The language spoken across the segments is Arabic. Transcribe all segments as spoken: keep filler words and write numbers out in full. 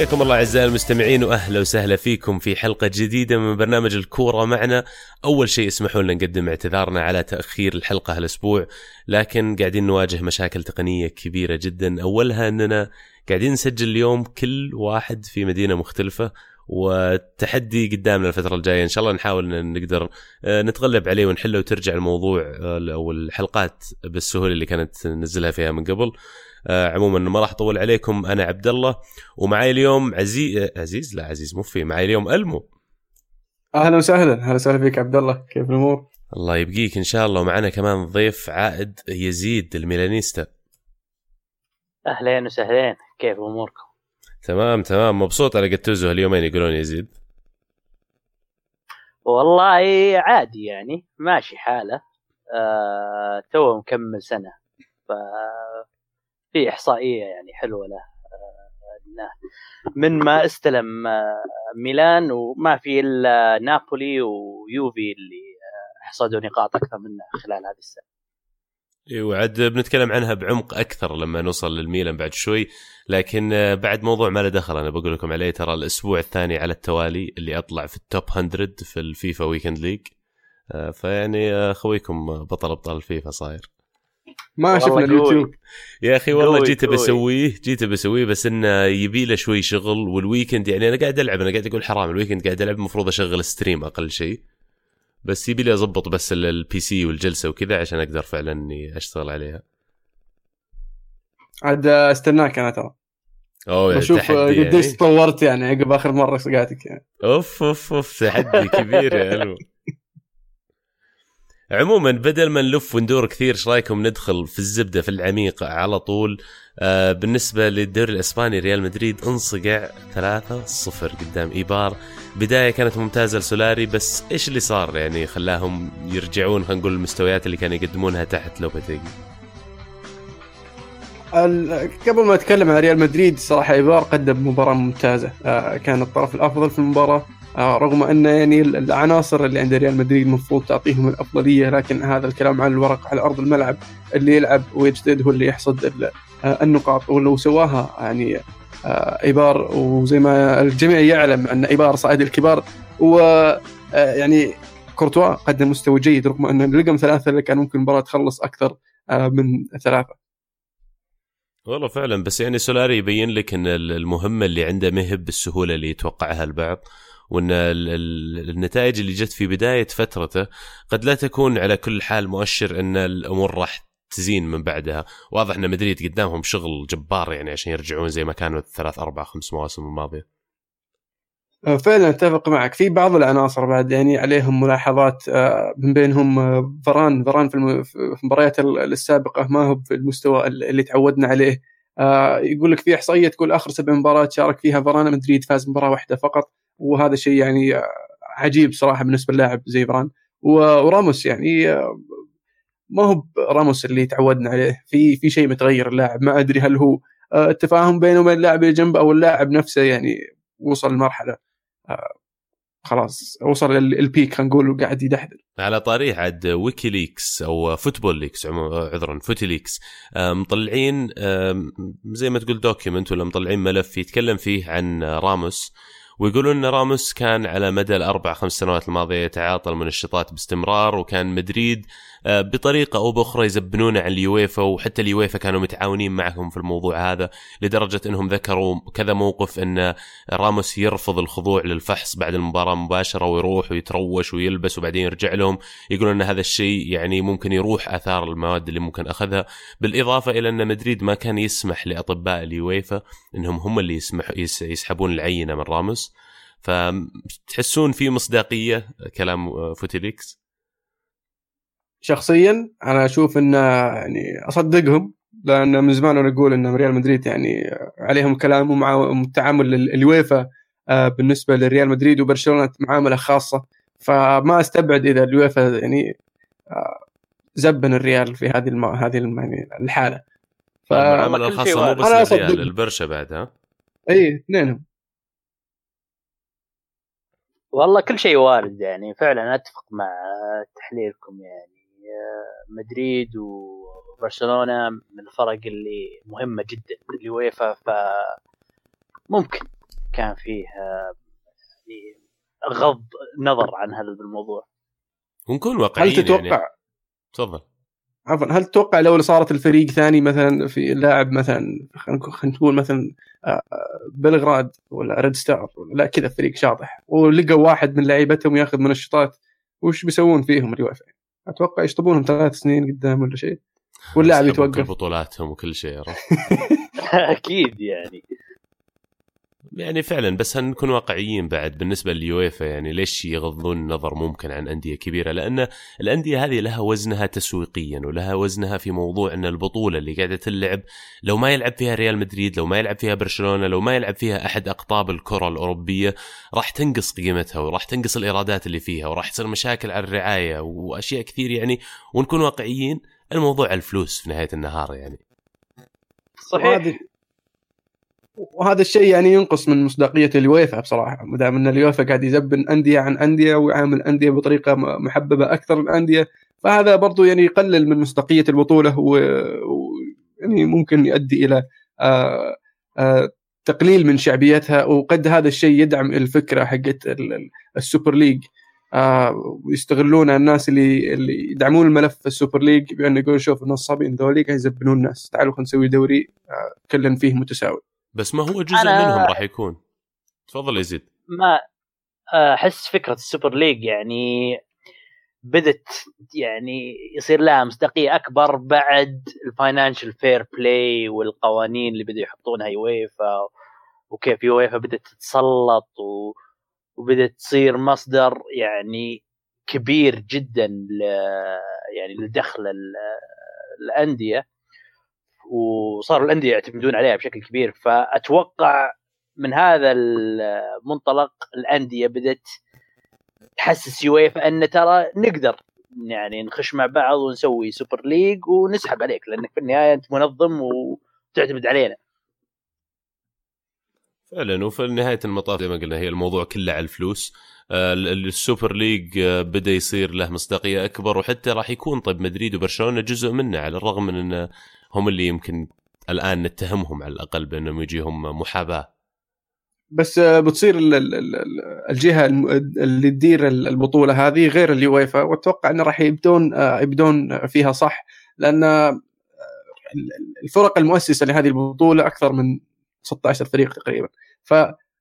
حياكم الله أعزائي المستمعين وأهلا وسهلا فيكم في حلقة جديدة من برنامج الكورة معنا. أول شيء اسمحوا لنا نقدم اعتذارنا على تأخير الحلقة هالأسبوع، لكن قاعدين نواجه مشاكل تقنية كبيرة جدا. أولها أننا قاعدين نسجل اليوم كل واحد في مدينة مختلفة، والتحدي قدامنا الفترة الجاية إن شاء الله نحاول أن نقدر نتغلب عليه ونحله وترجع الموضوع أو الحلقات بالسهولة اللي كانت ننزلها فيها من قبل. آه عموما ما راح اطول عليكم، انا عبد الله ومعي اليوم عزيز عزيز لا عزيز مو في معي اليوم المو. اهلا وسهلا. اهلا وسهلا فيك عبد الله، كيف الامور؟ الله يبقيك ان شاء الله. ومعنا كمان ضيف عائد يزيد الميلانيستا. اهلين وسهلين، كيف اموركم؟ تمام تمام، مبسوط على قتوزه اليومين يقولون يزيد. والله عادي يعني ماشي حاله. آه تو مكمل سنه، ف في إحصائية يعني حلوة له، من ما استلم ميلان وما في إلا نابولي ويوفي اللي حصدوا نقاط أكثر منه خلال هذه السنة. وعد بنتكلم عنها بعمق أكثر لما نوصل للميلان بعد شوي، لكن بعد موضوع ما له دخل أنا بقول لكم عليه. ترى الأسبوع الثاني على التوالي اللي أطلع في التوب مية في الفيفا ويكند ليج، فيعني خويكم بطل أبطال الفيفا صاير. ما شفنا اليوتيوب يا أخي والله جيت بسويه جيت بسويه بس إنه يبي له شوي شغل. والويكند يعني أنا قاعد ألعب، أنا قاعد أقول حرام الويكند قاعد ألعب، مفروض أشغل ستريم أقل شيء، بس يبي لي أضبط بس البي سي والجلسة وكذا عشان أقدر فعلا إني أشتغل عليها. عاد استناك أنا ترى. أوه بشوف قديش يعني. تطورت يعني عقب آخر مرة سقعتك يعني. أوف أوف أوف تحدي كبير يا علو. عموما بدل ما نلف وندور كثير، ايش رايكم ندخل في الزبده في العميق على طول؟ آه بالنسبه للدوري الاسباني، ريال مدريد انصقع ثلاثة صفر قدام ايبار. بدايه كانت ممتازه لسولاري، بس ايش اللي صار يعني خلاهم يرجعون خلينا نقول المستويات اللي كانوا يقدمونها تحت لوبيتيغي؟ قبل ما اتكلم عن ريال مدريد صراحه ايبار قدم مباراه ممتازه، آه كان الطرف الافضل في المباراه، آه رغم أن يعني العناصر اللي عند ريال مدريد مفروض تعطيهم الأفضلية، لكن هذا الكلام عن الورق على أرض الملعب اللي يلعب ويجتهد هو اللي يحصد النقاط. ولو سواها يعني آه إيبار، وزي ما الجميع يعلم أن إيبار صائد الكبار، ويعني كورتوا قدم مستوى جيد رغم أن الرقم ثلاثة اللي كان ممكن المباراة تخلص أكثر آه من ثلاثة. والله فعلا، بس يعني سولاري يبين لك أن المهمة اللي عنده مهب بالسهولة اللي يتوقعها البعض، وأن النتائج اللي جت في بداية فترته قد لا تكون على كل حال مؤشر أن الأمور راح تزين من بعدها. واضح أن مدريد قدامهم شغل جبار يعني عشان يرجعون زي ما كانوا الثلاث أربع خمس مواسم الماضية. فعلا اتفق معك في بعض العناصر بعد يعني عليهم ملاحظات، من بينهم فران فران في المباريات السابقة ما هو في المستوى اللي تعودنا عليه. يقول لك في إحصائية تقول آخر سبع مباريات شارك فيها فران مدريد فاز مباراة واحدة فقط، وهذا شيء يعني عجيب صراحة بالنسبة للاعب زي فران. وراموس يعني ما هو راموس اللي تعودنا عليه، في في شيء متغير اللاعب، ما أدري هل هو التفاهم بينه وبين اللاعب اللي جنبه أو اللاعب نفسه يعني وصل لمرحلة آه خلاص وصل البيك خلينا نقول وقاعد يدحدر. على طريق عاد ويكيليكس او فوتبول ليكس عذرا فوتيليكس مطلعين زي ما تقول دوكيمنت ولا مطلعين ملف يتكلم فيه عن راموس، ويقولون ان راموس كان على مدى الاربع خمس سنوات الماضيه يتعاطى المنشطات باستمرار، وكان مدريد بطريقه او باخرى يزبنون عن اليويفا، وحتى اليويفا كانوا متعاونين معهم في الموضوع هذا، لدرجه انهم ذكروا كذا موقف ان راموس يرفض الخضوع للفحص بعد المباراه مباشره ويروح ويتروش ويلبس وبعدين يرجع لهم. يقولون ان هذا الشيء يعني ممكن يروح اثار المواد اللي ممكن اخذها، بالاضافه الى ان مدريد ما كان يسمح لاطباء اليويفا انهم هم اللي يسمح يسحبون العينه من راموس. فتحسون في مصداقيه كلام فوتيليكس؟ شخصيا انا اشوف ان يعني اصدقهم، لان من زمان انا اقول ان ريال مدريد يعني عليهم كلام ومع تعامل اليويفا بالنسبه لريال مدريد وبرشلونه معامله خاصه، فما استبعد اذا اليويفا يعني زبن الريال في هذه الم... هذه يعني الحاله. فالمعامله الخاصه مو بس للريال، البرشا بعدها اي اثنينهم. والله كل شيء وارد يعني، فعلا اتفق مع تحليلكم يعني. مدريد وبرشلونة من الفرق اللي مهمة جدا اليويفا، فممكن كان فيه غض نظر عن هذا الموضوع. ونكون واقعيين. هل تتوقع يعني تفضل عفوا هل تتوقع لو صارت الفريق ثاني مثلا في لاعب مثلا خلينا نقول مثلا بلغراد ولا ريد ستار ولا لا كذا فريق شاطح ولقوا واحد من لعيبتهم ياخذ منشطات وش بيسوون فيهم اليوفا؟ اتوقع يشطبونهم ثلاث سنين قدام ولا شيء واللاعب يتوقف بطولاتهم وكل شيء. اكيد يعني يعني فعلا بس هنكون واقعيين بعد بالنسبة لليويفا. يعني ليش يغضون النظر ممكن عن أندية كبيرة؟ لأن الأندية هذه لها وزنها تسويقيا ولها وزنها في موضوع أن البطولة اللي قاعدة تلعب لو ما يلعب فيها ريال مدريد، لو ما يلعب فيها برشلونة، لو ما يلعب فيها أحد أقطاب الكرة الأوروبية راح تنقص قيمتها وراح تنقص الإيرادات اللي فيها وراح تصير مشاكل على الرعاية وأشياء كثير يعني. ونكون واقعيين الموضوع الفلوس في نهاية النهار يعني. صحيح. وهذا الشيء يعني ينقص من مصداقية اليويفا بصراحة، ما دام أن اليويفا قاعد يزبن أندية عن أندية ويعامل أندية بطريقة محببة أكثر من أندية، فهذا برضو يعني يقلل من مصداقية البطولة ويعني ممكن يؤدي إلى آآ آآ تقليل من شعبيتها. وقد هذا الشيء يدعم الفكرة حقت السوبر ليج، ويستغلون الناس اللي اللي يدعمون الملف السوبر ليج بأن يقولون شوف النصابين ذولي قاعد يزبنون الناس، تعالوا خلينا نسوي دوري كلن فيه متساوي. بس ما هو جزء منهم راح يكون. تفضل يزيد. ما أحس فكرة السوبر ليج يعني بدت يعني يصير لها مصداقية أكبر بعد الفاينانشال فير بلاي والقوانين اللي بدأوا يحطونها يويفا، وكيف يويفا بدأت تتسلط وبدأت تصير مصدر يعني كبير جدا ل يعني لدخل الأندية، وصاروا الأندية يعتمدون عليها بشكل كبير. فأتوقع من هذا المنطلق الأندية بدأت تحسس يويفا أن ترى نقدر يعني نخش مع بعض ونسوي سوبر ليج ونسحب عليك، لأنك في النهاية أنت منظم وتعتمد علينا فعلا. وفي نهاية المطاف زي ما قلنا هي الموضوع كله على الفلوس. السوبر ليج بدأ يصير له مصداقية أكبر، وحتى راح يكون طيب مدريد وبرشلونة جزء منه، على الرغم من أن هم اللي يمكن الآن نتهمهم على الأقل بأنهم يجيهم محاباة. بس بتصير الجهة اللي تدير البطولة هذه غير اليويفا، واتوقع أنه راح يبدون يبدون فيها صح، لأن الفرق المؤسسة لهذه البطولة أكثر من ستة عشر فريق تقريبا، ف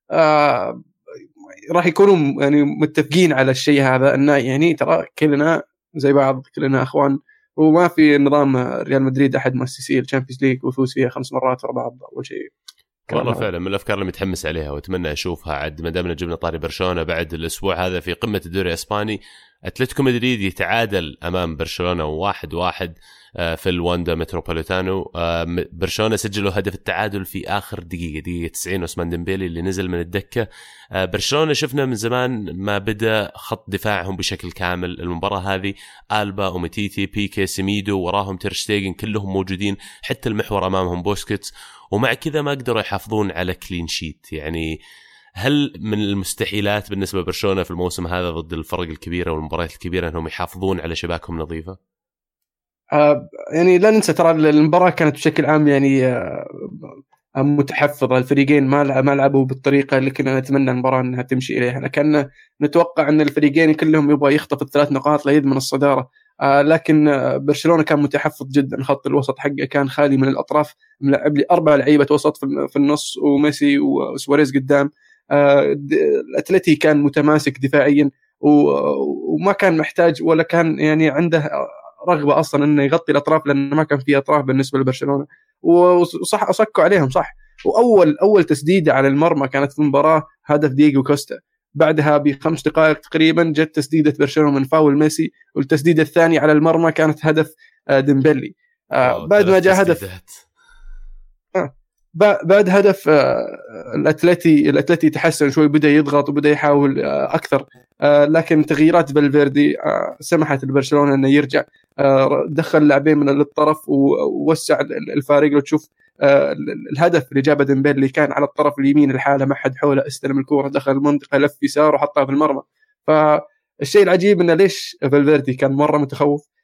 راح يكونوا يعني متفقين على الشيء هذا، أنه يعني ترى كلنا زي بعض، كلنا أخوان، وما في نظام ريال مدريد أحد مؤسسي الشامبيونز ليج ويفوز فيها خمس مرات ورا بعض أول شيء. والله فعلا من الأفكار اللي متحمس عليها وأتمنى أشوفها عد ما دامنا جبنا طاري برشلونة بعد الأسبوع هذا في قمة الدوري الإسباني. أتلتيكو مدريد يتعادل أمام برشلونة واحد واحد في الواندا متروبوليتانو. برشلونة سجلوا هدف التعادل في آخر دقيقة دقيقة تسعين، عثمان ديمبيلي اللي نزل من الدكة. برشلونة شفنا من زمان ما بدأ خط دفاعهم بشكل كامل. المباراة هذه ألبا ومتيتي بيكي سيميدو وراهم تيرشتيغن كلهم موجودين، حتى المحور أمامهم بوسكيتس، ومع كذا ما قدروا يحافظون على كلين شيت. يعني هل من المستحيلات بالنسبة لبرشلونة في الموسم هذا ضد الفرق الكبيرة والمباريات الكبيرة أنهم يحافظون على شباكهم نظيفة؟ آه يعني لا ننسى ترى المباراة كانت بشكل عام يعني آه متحفظة، الفريقين ما ما لعبوا بالطريقة اللي كنا نتمنى المباراة أنها تمشي إليها، لكن نتوقع أن الفريقين كلهم يبغى يخطف الثلاث نقاط ليضمن الصدارة. آه لكن آه برشلونة كان متحفظ جدا، خط الوسط حقه كان خالي من الأطراف، ملعب لي أربع لعيبة وسط في النص وميسي وسواريز قدام. آه الأتلتي كان متماسك دفاعيا وما كان محتاج ولا كان يعني عنده رغبة أصلا أنه يغطي الأطراف، لأنه ما كان فيه أطراف بالنسبة لبرشلونة، وصح أصكوا عليهم صح. وأول أول تسديدة على المرمى كانت في المباراة هدف دييغو كوستا، بعدها بخمس دقائق تقريبا جت تسديدة برشلونة من فاول ميسي، والتسديدة الثانية على المرمى كانت هدف ديمبلي. بعد ما جاء هدف آه. بعد هدف الأتلتي الأتلتي تحسن شوي، بدأ يضغط وبدأ يحاول أكثر، لكن تغييرات فالفيردي سمحت لبرشلونة أنه يرجع، دخل لاعبين من الطرف ووسع الفارق. لو تشوف الهدف اللي جابه ديمبيلي كان على الطرف اليمين الحالة، ما حد حوله، استلم الكورة دخل المنطقة لف يسار وحطها في المرمى. فالشيء العجيب إنه ليش فالفيردي كان مرة متخوف،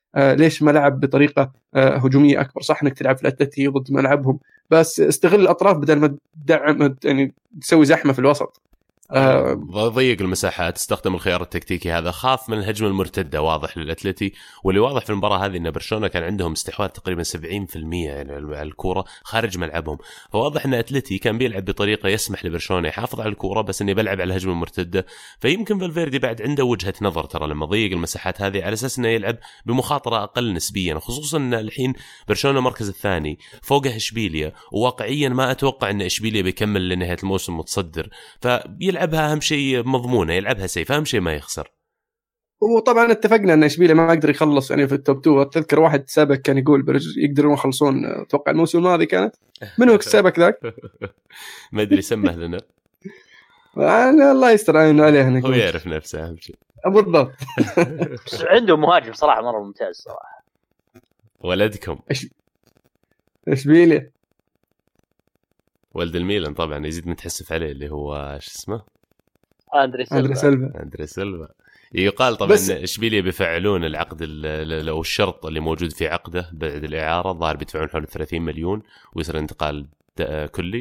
آه ليش ما لعب بطريقه آه هجوميه اكبر؟ صح انك تلعب في الاتلتي ضد ملعبهم، بس استغل الاطراف بدل ما تدعم يعني تسوي زحمه في الوسط. آه ضيق المساحات، استخدم الخيار التكتيكي هذا، خاف من الهجمه المرتده واضح للاتلتي. واللي واضح في المباراه هذه ان برشلونه كان عندهم استحواذ تقريبا سبعين بالمئة يعني على الكوره خارج ملعبهم، فواضح ان اتلتي كان بيلعب بطريقه يسمح لبرشلونه يحافظ على الكوره بس انه بيلعب على الهجمه المرتده. فيمكن فالفيردي بعد عنده وجهه نظر ترى لما ضيق المساحات هذه على اساس انه يلعب بمخاطره اقل نسبيا، خصوصا ان الحين برشلونه المركز الثاني فوقه اشبيليا، وواقعيا ما اتوقع ان اشبيليا بيكمل لنهايه الموسم متصدر، فبيلعب يلعبها أهم شيء مضمونة، يلعبها سيف، أهم شيء ما يخسر. وطبعا اتفقنا أن إشبيلية ما يقدر يخلص يعني في التوب تو. أتذكر واحد سابق كان يقول يقدرون يخلصون، أتوقع الموسم الماضي كانت منو السابق ذاك ما أدري سمه لنا أنا الله يستر عليه، هو يعرف نفسه أهم شيء بالضبط. عنده مهاجم صراحة مرة ممتاز صراحة. ولدكم إش... إشبيلية ولد الميلان طبعا يزيد متحسف عليه اللي هو شو اسمه أندري سيلفا. أندري سيلفا يقال طبعا بس... إشبيلية بيفعلون العقد أو الشرط اللي موجود في عقده بعد الإعارة، ظاهر بيدفعون حول ثلاثين مليون ويصير انتقال كلي.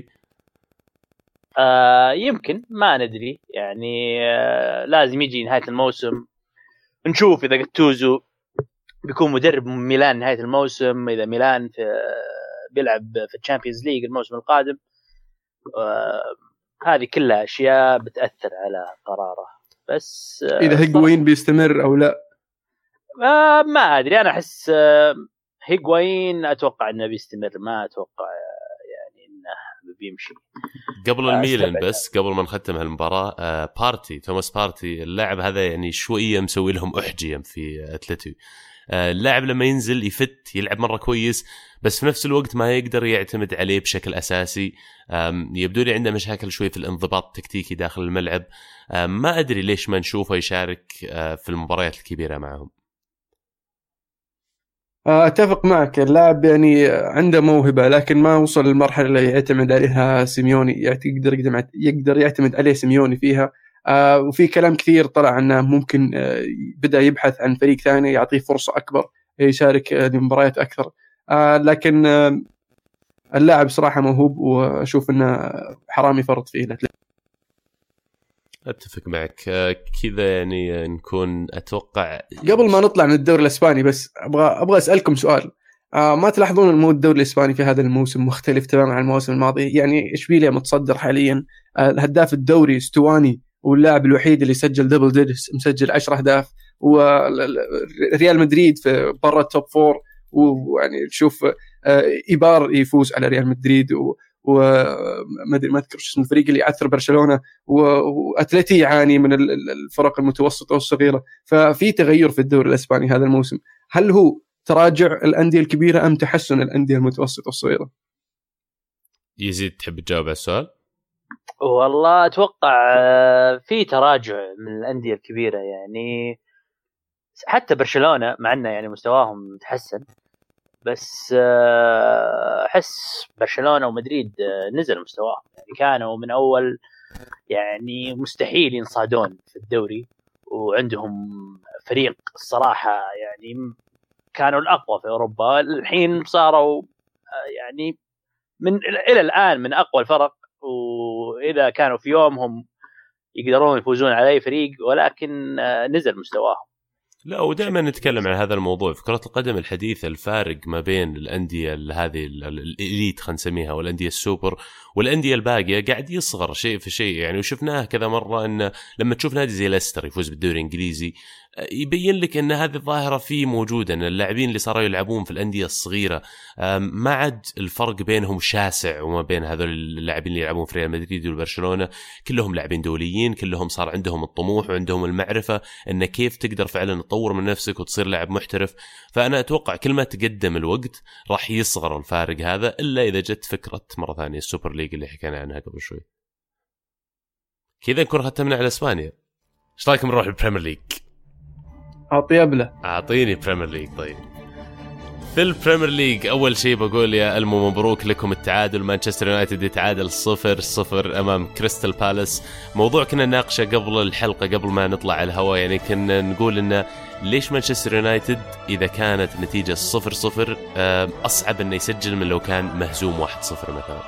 آه يمكن ما ندري يعني، آه لازم يجي نهاية الموسم نشوف إذا جاتوزو بيكون مدرب ميلان نهاية الموسم، إذا ميلان في بيلعب في الشامبيونز ليج الموسم القادم. آه هذه كلها أشياء بتأثر على قراره. بس آه إذا هيغوين بيستمر أو لا آه ما أدري. أنا أحس آه هيغوين أتوقع أنه بيستمر، ما أتوقع يعني أنه بيمشي قبل الميلان. بس قبل ما نختم هالمباراة آه بارتي توماس بارتي اللاعب هذا يعني شوية مسوي لهم أحجية في أتلتي. اللاعب لما ينزل يفت يلعب مرة كويس، بس في نفس الوقت ما يقدر يعتمد عليه بشكل أساسي. يبدو لي عنده مشاكل شوي في الانضباط التكتيكي داخل الملعب. ما أدري ليش ما نشوفه يشارك في المباريات الكبيرة معهم. أتفق معك، اللاعب يعني عنده موهبة لكن ما وصل للمرحلة اللي يعتمد عليها سيميوني، يقدر يقدر يعتمد عليه سيميوني فيها. آه وفي كلام كثير طلع أنه ممكن آه بدأ يبحث عن فريق ثاني يعطيه فرصة أكبر يشارك آه لمباريات أكثر. آه لكن آه اللاعب صراحة موهوب وأشوف أنه حرام يفرط فيه. أتفق معك آه كذا يعني نكون أتوقع. قبل ما نطلع من الدوري الإسباني بس أبغى أبغى أسألكم سؤال. آه ما تلاحظون أن الدوري الإسباني في هذا الموسم مختلف تماما عن الموسم الماضي؟ يعني إشبيلية متصدر حاليا، آه الهداف الدوري ستواني واللاعب الوحيد اللي سجل دبل ديجيتس مسجل عشرة أهداف، وريال مدريد في برا التوب فور، ويعني تشوف إيبار يفوز على ريال مدريد وما أدري ما أذكر اسم الفريق اللي يعثر برشلونة، وأتلتي يعاني من الفرق المتوسطة والصغيرة. ففي تغير في الدوري الإسباني هذا الموسم، هل هو تراجع الأندية الكبيرة أم تحسن الأندية المتوسطة والصغيرة؟ يزيد تحب تجاوب على السؤال؟ والله أتوقع في تراجع من الأندية الكبيرة، يعني حتى برشلونة مع أنه يعني مستواهم تحسن، بس أحس برشلونة ومدريد نزل مستواهم. يعني كانوا من أول يعني مستحيل ينصادون في الدوري، وعندهم فريق الصراحة يعني كانوا الأقوى في أوروبا، الحين صاروا يعني من إلى الآن من أقوى الفرق، وإذا كانوا في يومهم يقدرون يفوزون على أي فريق، ولكن نزل مستواهم. لا ودائما نتكلم عن هذا الموضوع في كرة القدم الحديثة، الفارق ما بين الأندية هذه الإليت خلينا نسميها والأندية السوبر والأندية الباقية قاعد يصغر شيء في شيء. يعني وشفناه كذا مرة أن لما تشوف نادي زي ليستر يفوز بالدوري الإنجليزي يبين لك أن هذه الظاهرة فيه موجودة، أن اللاعبين اللي صاروا يلعبون في الأندية الصغيرة ما عاد الفرق بينهم شاسع، وما بين هذول اللاعبين اللي يلعبون في ريال مدريد والبرشلونة كلهم لاعبين دوليين، كلهم صار عندهم الطموح وعندهم المعرفة أن كيف تقدر فعلا تطور من نفسك وتصير لاعب محترف. فأنا أتوقع كل ما تقدم الوقت راح يصغر الفارق هذا، إلا إذا جت فكرة مرة ثانية السوبر ليج اللي حكينا عنها قبل شوي. كذا نكون ختمنا على إسبانيا. إيش رأيكم نروح البريمير ليج؟ أعطي أبله أعطيني بريمير ليج. طيب في البريمير ليج أول شيء بقول يا ألمو مبروك لكم التعادل. مانشستر يونايتد يتعادل صفر صفر أمام كريستال بالاس. موضوع كنا نناقشه قبل الحلقة قبل ما نطلع على الهواء، يعني كنا نقول إنه ليش مانشستر يونايتد إذا كانت نتيجة صفر صفر أصعب إنه يسجل من لو كان مهزوم واحد صفر مثلا.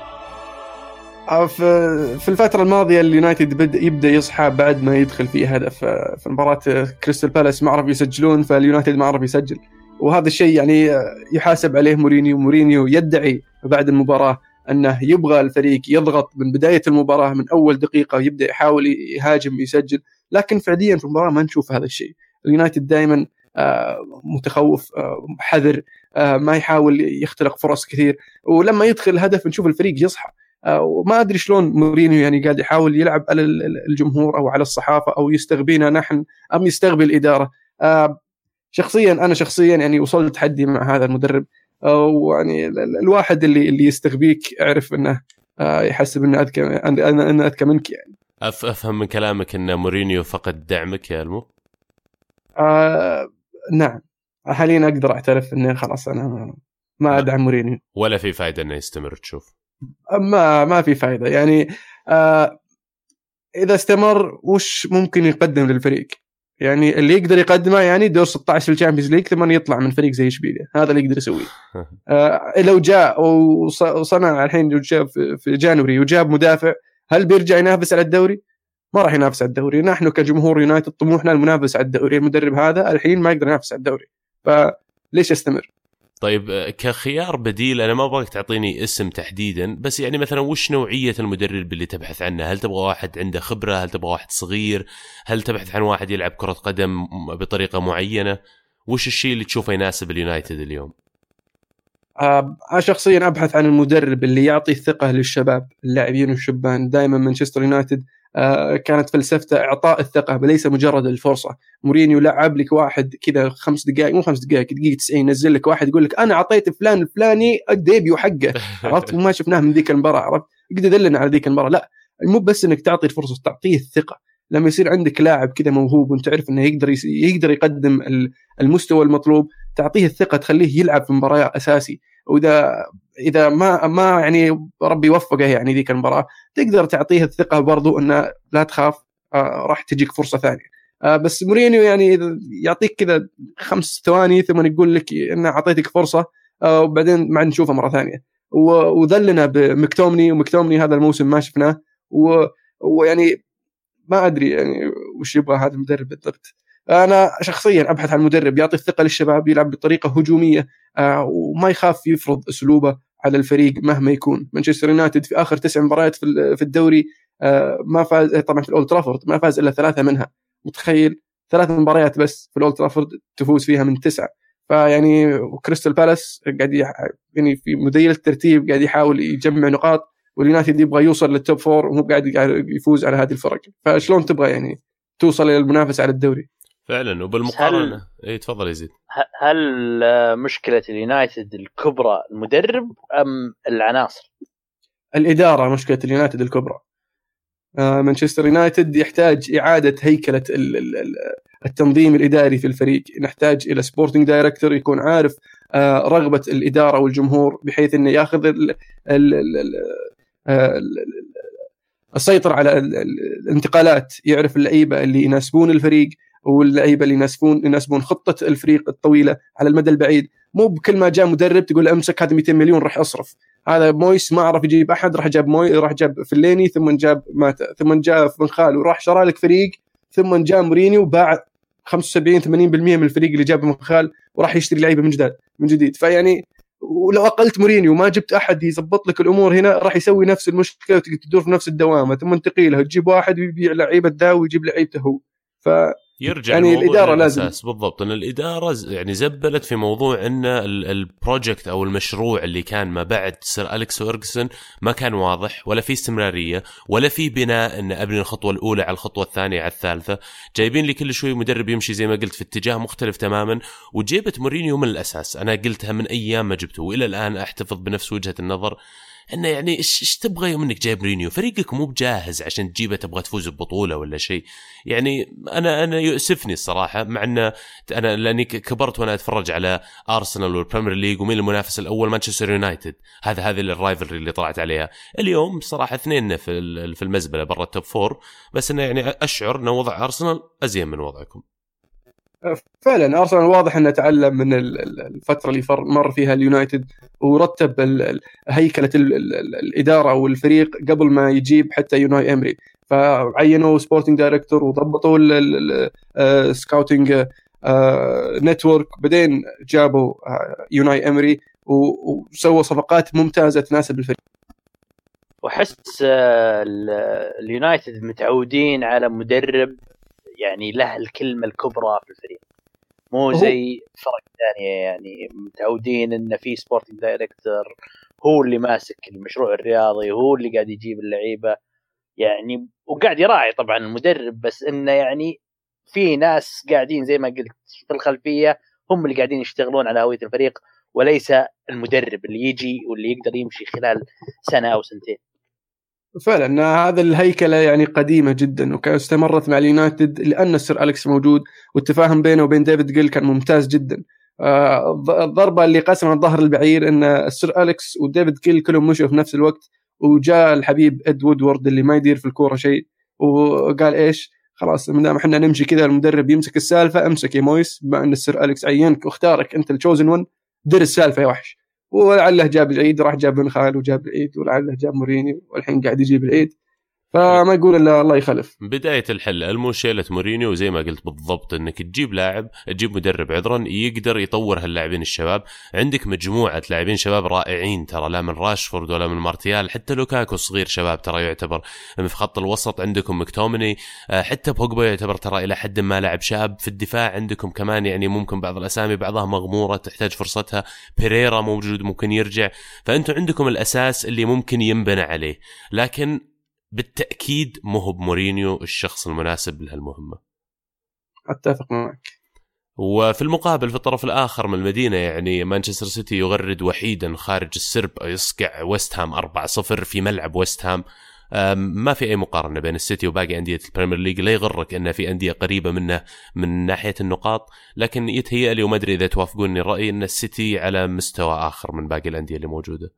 في في الفترة الماضية اليونايتد بدأ يبدأ يصحى بعد ما يدخل فيه هدف في مباراة كريستال بالاس، ما عرف يسجلون فاليونايتد ما عرف يسجل، وهذا الشيء يعني يحاسب عليه مورينيو. مورينيو يدعي بعد المباراة أنه يبغى الفريق يضغط من بداية المباراة من أول دقيقة ويبدأ يحاول يهاجم ويسجل، لكن فعليا في المباراة ما نشوف هذا الشيء. اليونايتد دائما متخوف، حذر، ما يحاول يختلق فرص كثير، ولما يدخل الهدف نشوف الفريق يصحى. وما أدري شلون مورينيو يعني قاعد يحاول يلعب على الجمهور أو على الصحافة أو يستغبينا نحن أم يستغبي الإدارة. شخصيا أنا شخصيا يعني وصلت تحدي مع هذا المدرب، ويعني الواحد اللي اللي يستغبيك اعرف أنه يحسب أنه أذكى أنا أنا أذكى منك يعني. أفهم من كلامك أن مورينيو فقد دعمك يا ألمو؟ آه نعم، حاليا أقدر أعترف أنه خلاص أنا ما أدعم مورينيو. ولا في فائدة أنه يستمر تشوف؟ ما ما في فائدة يعني. آه إذا استمر وش ممكن يقدم للفريق؟ يعني اللي يقدر يقدمه يعني دور ستة عشر في الشامبيونز ليج ثم يطلع من فريق زي إشبيلية، هذا اللي يقدر يسويه. آه لو جاء وصنع الحين في جانوري وجاب مدافع، هل بيرجع ينافس على الدوري؟ ما راح ينافس على الدوري. نحن كجمهور يونايتد طموحنا المنافس على الدوري، المدرب هذا الحين ما يقدر ينافس على الدوري، فليش يستمر؟ طيب كخيار بديل، أنا ما أبغاك تعطيني اسم تحديدا، بس يعني مثلا وش نوعية المدرب اللي تبحث عنه؟ هل تبغى واحد عنده خبرة؟ هل تبغى واحد صغير؟ هل تبحث عن واحد يلعب كرة قدم بطريقة معينة؟ وش الشيء اللي تشوفه يناسب اليونايتد اليوم؟ أنا شخصيا أبحث عن المدرب اللي يعطي الثقة للشباب اللاعبين والشبان. دائما مانشستر يونايتد كانت فلسفته إعطاء الثقة وليس مجرد الفرصة. مورينيو لعب لك واحد كذا خمس دقائق مو خمس دقائق دقيقة تسعين، نزل لك واحد يقول لك أنا عطيت فلان الفلاني الديبيو حقه، عرفت؟ وما شفناه من ذيك المباراة، عرفت؟ يقدر يدلنا على ذيك المباراة. لا، مو بس إنك تعطي الفرصة، تعطيه الثقة. لما يصير عندك لاعب كذا موهوب وانت تعرف إنه يقدر يقدر يقدم المستوى المطلوب، تعطيه الثقة تخليه يلعب في مباراة أساسي. وإذا إذا ما ما يعني ربي يوفقه يعني ذيك المباراة، تقدر تعطيه الثقة برضو إنه لا تخاف، آه راح تجيك فرصة ثانية. آه بس مورينيو يعني يعطيك كذا خمس ثواني ثم يقول لك إنه عطيتك فرصة، آه وبعدين ما نشوفه مرة ثانية. وذلنا بمكتومني، ومكتومني هذا الموسم ما شفناه، ويعني ما أدري يعني وش يبغى هذا المدرب بالضبط. أنا شخصيا أبحث عن مدرب يعطي الثقة للشباب، يلعب بطريقة هجومية، آه وما يخاف يفرض أسلوبه على الفريق مهما يكون. مانشستر يونايتد في آخر تسع مباريات في الدوري آه ما فاز، طبعا في الأولد ترافورد ما فاز إلا ثلاثة منها. متخيل؟ ثلاث مباريات بس في الأولد ترافورد تفوز فيها من تسعة. فيعني وكريستال بالاس قاعد يعني في مديل الترتيب قاعد يحاول يجمع نقاط، واليونايتد يبغى يوصل للتوب فور وهو قاعد يفوز على هذه الفرق. فشلون تبغى يعني توصل إلى المنافسة على الدوري؟ فعلا. وبالمقارنة اي تفضل يزيد، هل مشكلة اليونايتد الكبرى المدرب أم العناصر؟ الإدارة مشكلة اليونايتد الكبرى. آه مانشستر يونايتد يحتاج إعادة هيكلة التنظيم الإداري في الفريق. نحتاج إلى سبورتنج دايركتور يكون عارف آه رغبة الإدارة والجمهور، بحيث إنه يأخذ ال ال ال السيطرة على الانتقالات، يعرف اللعيبة اللي يناسبون الفريق واللعيبه اللي يناسبون يناسبون خطه الفريق الطويله على المدى البعيد. مو بكل ما جاء مدرب تقول امسك هذا مئتين مليون راح اصرف. هذا مويس ما عرف يجيب احد، راح جاب موي راح جاب فليني، ثم جاب مات، ثم جاء فن خال وراح شرى لك فريق، ثم جاء مورينيو وباع خمسة وسبعين ثمانين بالمئة من الفريق اللي جابه من خال وراح يشتري لعيبه من جديد من جديد. فيعني ولو اقلت مورينيو ما جبت احد يزبط لك الامور هنا، راح يسوي نفس المشكله وتدور في نفس الدوامه، ثم تقيلها تجيب واحد ويبيع لعيبه دا ويجيب لعيبته هو. ف يرجع يعني الإدارة لازم بالضبط أن الإدارة يعني زبلت في موضوع أن البروجكت أو المشروع اللي كان ما بعد سير أليكس فيرغسون ما كان واضح، ولا في استمرارية، ولا في بناء أن أبني الخطوة الأولى على الخطوة الثانية على الثالثة. جايبين لي كل شوي مدرب يمشي زي ما قلت في اتجاه مختلف تماما، وجيبت مورينيو من الأساس. أنا قلتها من أيام ما جبته وإلى الآن أحتفظ بنفس وجهة النظر. انه يعني ايش ايش تبغى يوم انك جايب مورينيو؟ فريقك مو بجاهز عشان تجيبه، تبغى تفوز ببطوله ولا شيء. يعني انا انا يؤسفني الصراحه، مع ان انا لاني كبرت وانا اتفرج على ارسنال والبريمير ليج ومين المنافس الاول، مانشستر يونايتد، هذا هذه الرايفلري اللي طلعت عليها. اليوم صراحه اثنين في في المزبله برا التوب فور، بس انه يعني اشعر ان وضع ارسنال ازين من وضعكم. فعلا ارسنال واضح انه تعلم من الفتره اللي مر فيها اليونايتد، ورتب هيكله الاداره والفريق قبل ما يجيب حتى يوناي امري. فعينوا سبورتنج دايركتور وضبطوا السكاوتنج نتورك، بعدين جابوا يوناي امري وسووا صفقات ممتازه تناسب الفريق. وحس اليونايتد متعودين على مدرب يعني له الكلمة الكبرى في الفريق، مو زي فرق ثانية يعني متعودين إن في سبورتنج دايركتور هو اللي ماسك المشروع الرياضي، هو اللي قاعد يجيب اللعيبة يعني، وقاعد يراعي طبعا المدرب، بس إنه يعني في ناس قاعدين زي ما قلت في الخلفية هم اللي قاعدين يشتغلون على هوية الفريق، وليس المدرب اللي يجي واللي يقدر يمشي خلال سنة أو سنتين. فعلا هذا الهيكله يعني قديمه جدا، وكان استمرت مع اليونايتد لان السير أليكس موجود، والتفاهم بينه وبين ديفيد جيل كان ممتاز جدا. الضربه اللي قسمت الظهر البعير ان السير أليكس وديفيد جيل كلهم مشوا في نفس الوقت، وجاء الحبيب إد وودورد اللي ما يدير في الكوره شيء، وقال ايش خلاص ما دام احنا نمشي كذا المدرب يمسك السالفه، امسك يا مويس بما ان السير أليكس عينك واختارك انت التشوزن ون، دير السالفه يا وحش. ولعله جاب العيد، راح جاب بن خال وجاب العيد، ولعله جاب مورينيو والحين قاعد يجيب العيد، فما يقول الا الله يخلف. بداية الحل المشكلة مورينيو زي ما قلت بالضبط، انك تجيب لاعب تجيب مدرب عذرا يقدر يطور هاللاعبين الشباب. عندك مجموعة لاعبين شباب رائعين ترى، لا من راشفورد ولا من مارتيال، حتى لوكاكو صغير شباب ترى يعتبر. في خط الوسط عندكم مكتومني، حتى بوجبا يعتبر ترى الى حد ما لاعب شاب. في الدفاع عندكم كمان يعني ممكن بعض الاسامي بعضها مغمورة تحتاج فرصتها، بيريرا موجود ممكن يرجع، فانتم عندكم الاساس اللي ممكن ينبنى عليه. لكن بالتأكيد مو بمورينيو الشخص المناسب لهالمهمة. أتفق معك. وفي المقابل في الطرف الآخر من المدينة يعني مانشستر سيتي يغرد وحيدا خارج السرب، يصقع ويست هام أربعة صفر في ملعب ويست هام. ما في أي مقارنة بين السيتي وباقي أندية البريمير ليج، لا يغرك أن في أندية قريبة منه من ناحية النقاط، لكن يتهيأ لي وما أدري إذا توافقوني الرأي أن السيتي على مستوى آخر من باقي الأندية اللي موجودة.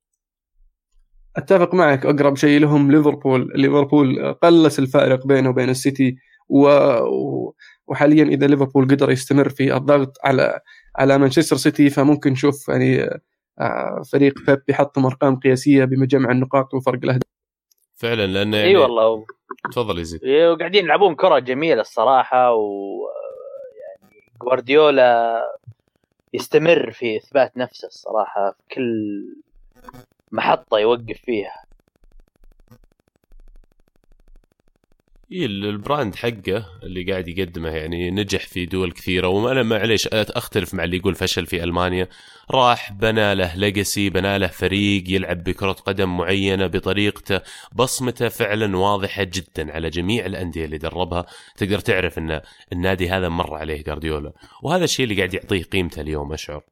أتفق معك، أقرب شيء لهم ليفربول. ليفربول قلص الفارق بينه وبين السيتي، و... وحاليا إذا ليفربول قدر يستمر في الضغط على على مانشستر سيتي فممكن نشوف يعني فريق بيب يحطم أرقام قياسية بمجمع النقاط وفرق الأهداف. فعلا لأن يعني... إيه والله تفضل يزيد. وقاعدين يلعبون كرة جميلة الصراحة، ويعني غوارديولا يستمر في إثبات نفسه الصراحة في كل محطة يوقف فيها. إيه البراند حقه اللي قاعد يقدمه يعني نجح في دول كثيرة، وأنا معليش أختلف مع اللي يقول فشل في ألمانيا. راح بنى له ليجاسي، بنى له فريق يلعب بكرة قدم معينة بطريقته، بصمته فعلا واضحة جدا على جميع الأندية اللي دربها. تقدر تعرف أن النادي هذا مر عليه غوارديولا، وهذا الشيء اللي قاعد يعطيه قيمته اليوم أشعر.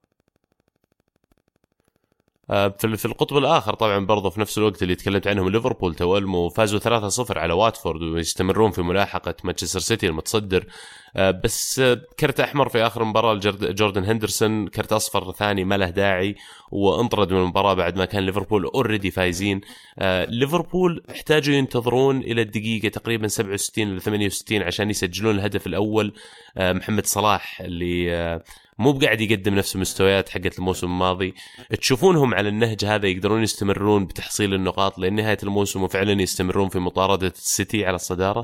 في القطب الآخر طبعا برضو في نفس الوقت اللي تكلمت عنهم ليفربول تولموا فازوا ثلاثة صفر على واتفورد ويستمرون في ملاحقة مانشستر سيتي المتصدر. بس كرت أحمر في آخر مباراة جوردن هندرسون، كرت أصفر ثاني ما له داعي، وانطرد من المباراة بعد ما كان ليفربول أوريدي فايزين. ليفربول احتاجوا ينتظرون إلى الدقيقة تقريبا سبعة وستين إلى ثمانية وستين عشان يسجلون الهدف الأول. محمد صلاح اللي مو بقاعد يقدم نفس المستويات حقت الموسم الماضي. تشوفونهم على النهج هذا يقدرون يستمرون بتحصيل النقاط لنهاية الموسم وفعلا يستمرون في مطاردة السيتي على الصدارة؟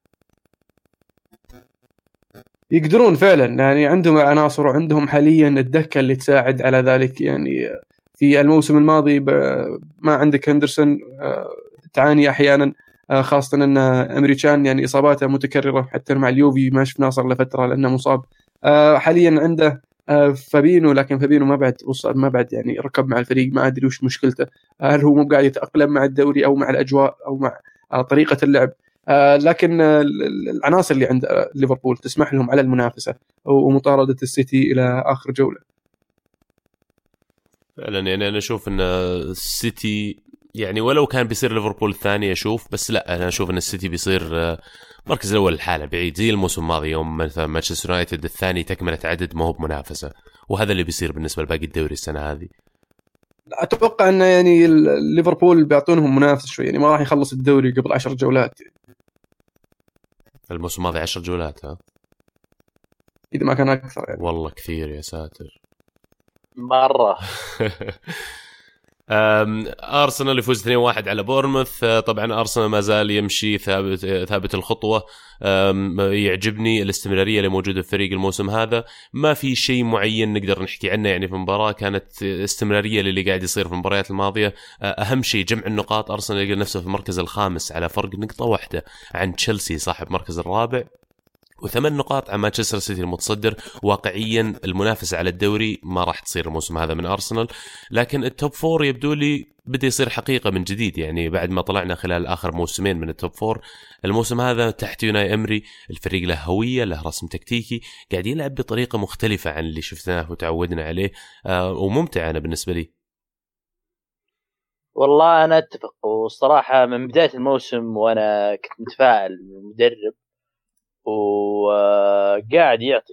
يقدرون فعلا، يعني عندهم عناصر وعندهم حاليا الدكة اللي تساعد على ذلك. يعني في الموسم الماضي ما عندك هندرسون تعاني أحيانا، خاصة أن أمريكان يعني إصاباته متكررة، حتى مع اليوفي ما شفنا صار لفترة لأنه مصاب. حاليا عنده فابينو، لكن فابينو ما بعد وصل، ما بعد يعني ركب مع الفريق، ما أدري وش مشكلته، هل هو مو قاعد يتأقلم مع الدوري أو مع الأجواء أو مع طريقة اللعب. لكن العناصر اللي عند ليفربول تسمح لهم على المنافسة ومطاردة السيتي إلى آخر جولة. فعلا يعني انا اشوف ان السيتي يعني ولو كان بيصير ليفربول الثاني اشوف، بس لا انا اشوف ان السيتي بيصير مركز الاول الحالة بعيد زي الموسم الماضي يوم مثلا مانشستر يونايتد الثاني تكملة عدد ما هو بمنافسة، وهذا اللي بيصير بالنسبة لباقي الدوري السنة هذه. اتوقع ان يعني ليفربول بيعطونهم منافسه شوي، يعني ما راح يخلص الدوري قبل عشر جولات. الموسم الماضي عشر جولات ها اذا ما كان اكثر يعني. والله كثير يا ساتر مرة. أرسنال يفوز اثنين واحد على بورنموث. طبعا أرسنال ما زال يمشي ثابت ثابت الخطوة. يعجبني الاستمرارية اللي موجودة في فريق الموسم هذا، ما في شيء معين نقدر نحكي عنه يعني في المباراة، كانت استمرارية اللي قاعد يصير في المباريات الماضية. أهم شيء جمع النقاط، أرسنال يلقى نفسه في المركز الخامس على فرق نقطة واحدة عن تشيلسي صاحب المركز الرابع، وثمان نقاط عن مانشستر سيتي المتصدر. واقعيا المنافسة على الدوري ما راح تصير الموسم هذا من أرسنال، لكن التوب فور يبدو لي بدأ يصير حقيقة من جديد، يعني بعد ما طلعنا خلال آخر موسمين من التوب فور. الموسم هذا تحت يوناي إمري الفريق له هوية، له رسم تكتيكي، قاعد يلعب بطريقة مختلفة عن اللي شفناه وتعودنا عليه، آه وممتع أنا بالنسبة لي. والله أنا أتفق، والصراحة من بداية الموسم وأنا كنت متفائل بالمدرب وقاعد يعطي،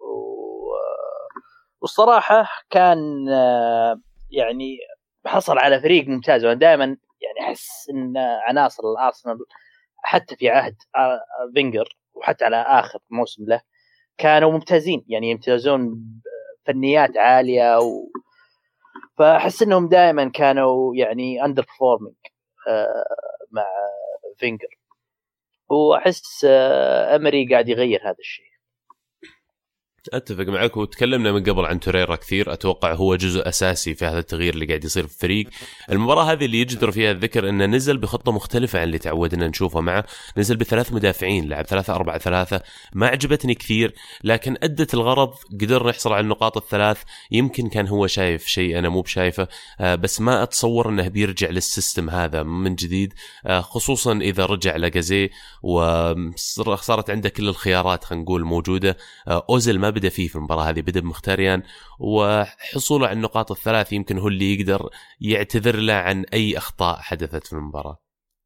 والصراحة كان يعني حصل على فريق ممتاز. وأنا دائما يعني أحس إن عناصر الأرسنال حتى في عهد فينجر وحتى على آخر موسم له كانوا ممتازين، يعني يمتازون فنيات عالية و... فأحس إنهم دائما كانوا يعني under performing مع فينجر، وأحس أمري قاعد يغير هذا الشيء. أتفق معك، وتكلمنا من قبل عن توريرا كثير، أتوقع هو جزء أساسي في هذا التغيير اللي قاعد يصير في الفريق. المباراة هذه اللي يجدر فيها الذكر أنه نزل بخطة مختلفة عن اللي تعودنا نشوفه معه، نزل بثلاث مدافعين، لعب ثلاثة أربعة ثلاثة، ما عجبتني كثير لكن أدت الغرض، قدر نحصل على النقاط الثلاث. يمكن كان هو شايف شيء أنا مو بشايفه، بس ما أتصور أنه بيرجع للسيستم هذا من جديد، خصوصا إذا رجع لجازي وصارت عنده كل الخيارات خلينا نقول موجودة. أوزيل ما بدأ فيه في المباراة هذه، بدأ بمختاريان، وحصوله على النقاط الثلاث يمكن هو اللي يقدر يعتذر له عن أي أخطاء حدثت في المباراة.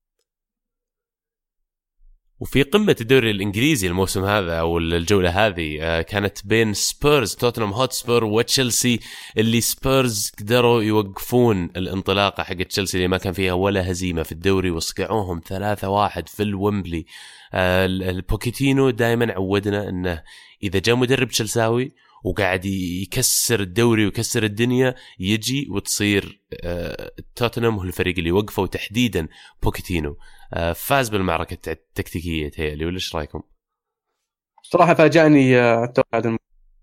وفي قمة الدوري الإنجليزي الموسم هذا أو الجولة هذه كانت بين سبيرز توتنهام هوتسبير وتشيلسي، اللي سبيرز قدروا يوقفون الانطلاقة حق تشيلسي اللي ما كان فيها ولا هزيمة في الدوري، وصقعوهم ثلاثة واحد في الويمبلي. البوكيتينو دائما عودنا أنه إذا جاء مدرب تشيلساوي وقاعد يكسر الدوري ويكسر الدنيا يجي وتصير توتنهام هو الفريق اللي وقفه، وتحديدا بوكيتينو فاز بالمعركة التكتيكية تهيألي، ولا ايش رايكم؟ صراحة فاجأني التوقع،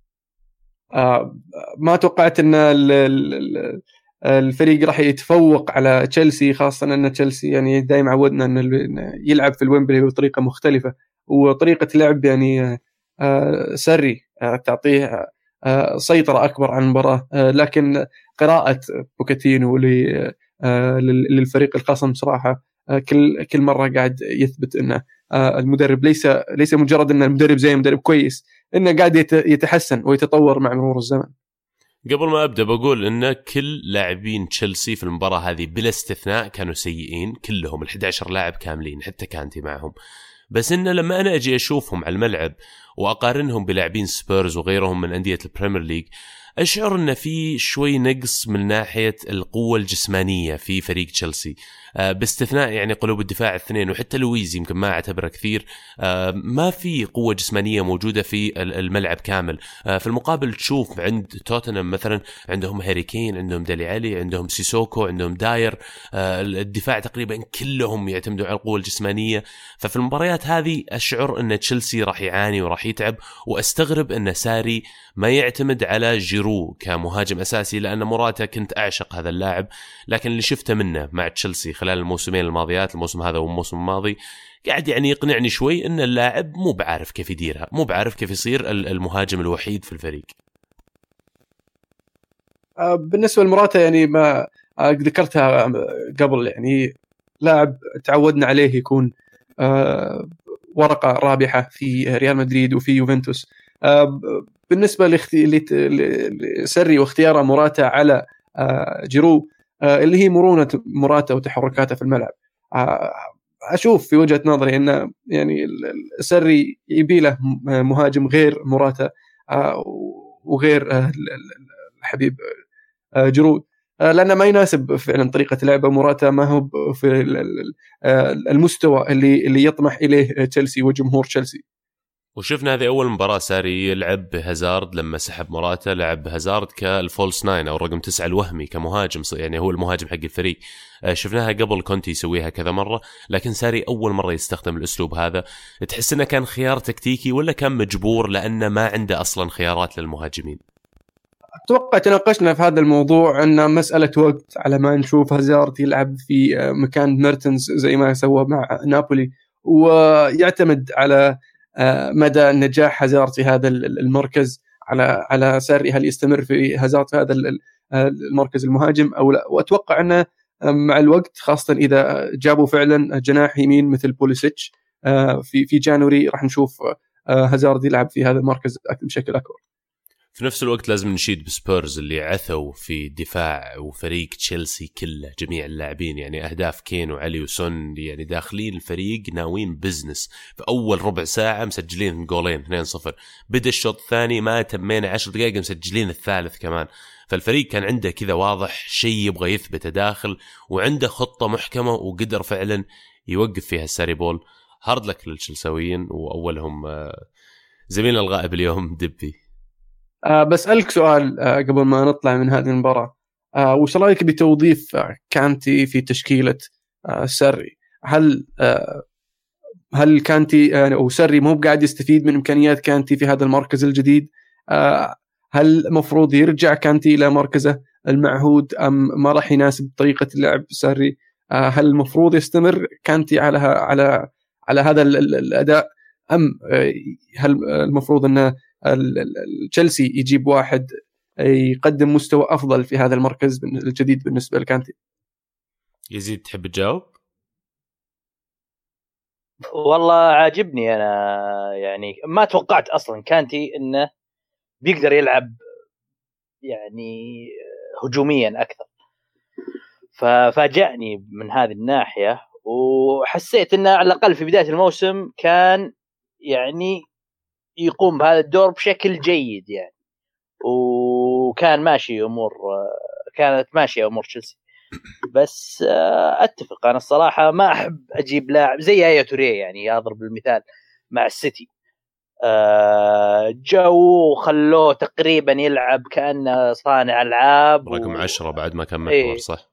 ما توقعت ان الفريق راح يتفوق على تشيلسي، خاصة ان تشيلسي يعني دائما عودنا انه يلعب في الويمبلي بطريقة مختلفة، وطريقة لعب يعني سري تعطيه سيطرة أكبر عن المباراة. لكن قراءة بوكيتينو للفريق الخصم صراحة كل كل مرة قاعد يثبت أن المدرب ليس ليس مجرد أن المدرب زي مدرب كويس، إنه قاعد يتحسن ويتطور مع مرور الزمن. قبل ما أبدأ بقول إن كل لاعبين تشيلسي في المباراة هذه بلا استثناء كانوا سيئين، كلهم الأحد عشر لاعب كاملين، حتى كانتي معهم. بس إن لما أنا أجي أشوفهم على الملعب وأقارنهم بلاعبين سبيرز وغيرهم من أندية البريمير ليج، أشعر أن في شوي نقص من ناحية القوة الجسمانية في فريق تشيلسي، باستثناء يعني قلوب الدفاع الاثنين، وحتى لويز يمكن ما اعتبره كثير، ما في قوة جسمانية موجودة في الملعب كامل. في المقابل تشوف عند توتنهام مثلا عندهم هاري كين، عندهم دالي علي، عندهم سيسوكو، عندهم داير، الدفاع تقريبا كلهم يعتمدوا على القوة الجسمانية. ففي المباريات هذه أشعر أن تشيلسي راح يعاني وراح يتعب، وأستغرب أن ساري ما يعتمد على جيرو كمهاجم أساسي، لأن مراته كنت أعشق هذا اللاعب، لكن اللي شفته منه مع تشيلسي خلال الموسمين الماضيات، الموسم هذا والموسم الماضي، قاعد يعني يقنعني شوي أن اللاعب مو بعارف كيف يديرها، مو بعارف كيف يصير المهاجم الوحيد في الفريق. بالنسبة لمراته يعني ما ذكرتها قبل، يعني لاعب تعودنا عليه يكون ورقة رابحة في ريال مدريد وفي يوفنتوس. بالنسبة لسري واختيار مراته على جيرو اللي هي مرونة مراته وتحركاته في الملعب. أشوف في وجهة نظري أن يعني السري يبي له مهاجم غير مراته وغير الحبيب جيرو، لأنه ما يناسب فعلا طريقة لعبه. مراته ما هو في المستوى اللي اللي يطمح إليه تشيلسي وجمهور تشيلسي. وشفنا هذه أول مباراة ساري يلعب هازارد لما سحب مراته، لعب هازارد كالفولس ناين أو الرقم تسعة الوهمي كمهاجم، يعني هو المهاجم حق الفريق. شفناها قبل كونتي يسويها كذا مرة، لكن ساري أول مرة يستخدم الأسلوب هذا. تحس إنه كان خيار تكتيكي ولا كان مجبور لأنه ما عنده أصلا خيارات للمهاجمين؟ أتوقع تناقشنا في هذا الموضوع أن مسألة وقت على ما نشوف هازارد يلعب في مكان ميرتنز زي ما سوى مع نابولي، ويعتمد على مدى نجاح هازارد في هذا المركز على على ساري هل يستمر في هازارد في هذا المركز المهاجم أو لا. وأتوقع أنه مع الوقت خاصة إذا جابوا فعلا جناح يمين مثل بوليسيتش في في جانوري راح نشوف هازارد يلعب في هذا المركز بشكل أكبر. في نفس الوقت لازم نشيد بسبيرز اللي عثوا في الدفاع وفريق تشيلسي كله جميع اللاعبين، يعني أهداف كين وعلي وسون يعني داخلين الفريق ناويين بزنس. في أول ربع ساعة مسجلين جولين اثنين صفر، بدأ الشوط الثاني ما تمينا عشر دقائق مسجلين الثالث كمان. فالفريق كان عنده كذا واضح شيء يبغى يثبته داخل، وعنده خطة محكمة وقدر فعلا يوقف فيها الساري بول. هارد لك للتشيلساويين، وأولهم زميلنا الغائب اليوم دبي. أه بسألك سؤال أه قبل ما نطلع من هذه المباراة، أه وش رأيك بتوظيف أه كانتي في تشكيلة أه سري؟ هل أه هل كانتي أه أو سري مو قاعد يستفيد من إمكانيات كانتي في هذا المركز الجديد؟ أه هل مفروض يرجع كانتي إلى مركزه المعهود أم ما راح يناسب طريقة اللعب سري؟ أه هل المفروض يستمر كانتي على على على هذا الأداء أم أه هل المفروض أنه تشيلسي يجيب واحد يقدم مستوى أفضل في هذا المركز الجديد بالنسبة لكانتي؟ يزيد تحب تجاوب؟ والله عاجبني أنا، يعني ما توقعت أصلا كانتي إنه بيقدر يلعب يعني هجوميا أكثر، ففاجأني من هذه الناحية. وحسيت إنه على الأقل في بداية الموسم كان يعني يقوم بهذا الدور بشكل جيد يعني، وكان ماشي أمور كانت ماشية أمور تشيلسي. بس أتفق أنا الصراحة ما أحب أجيب لاعب زي آيا توريه، يعني أضرب المثال مع السيتي جو خلوه تقريبا يلعب كأنه صانع ألعاب رقم و... عشرة بعد ما كان محور إيه. صح.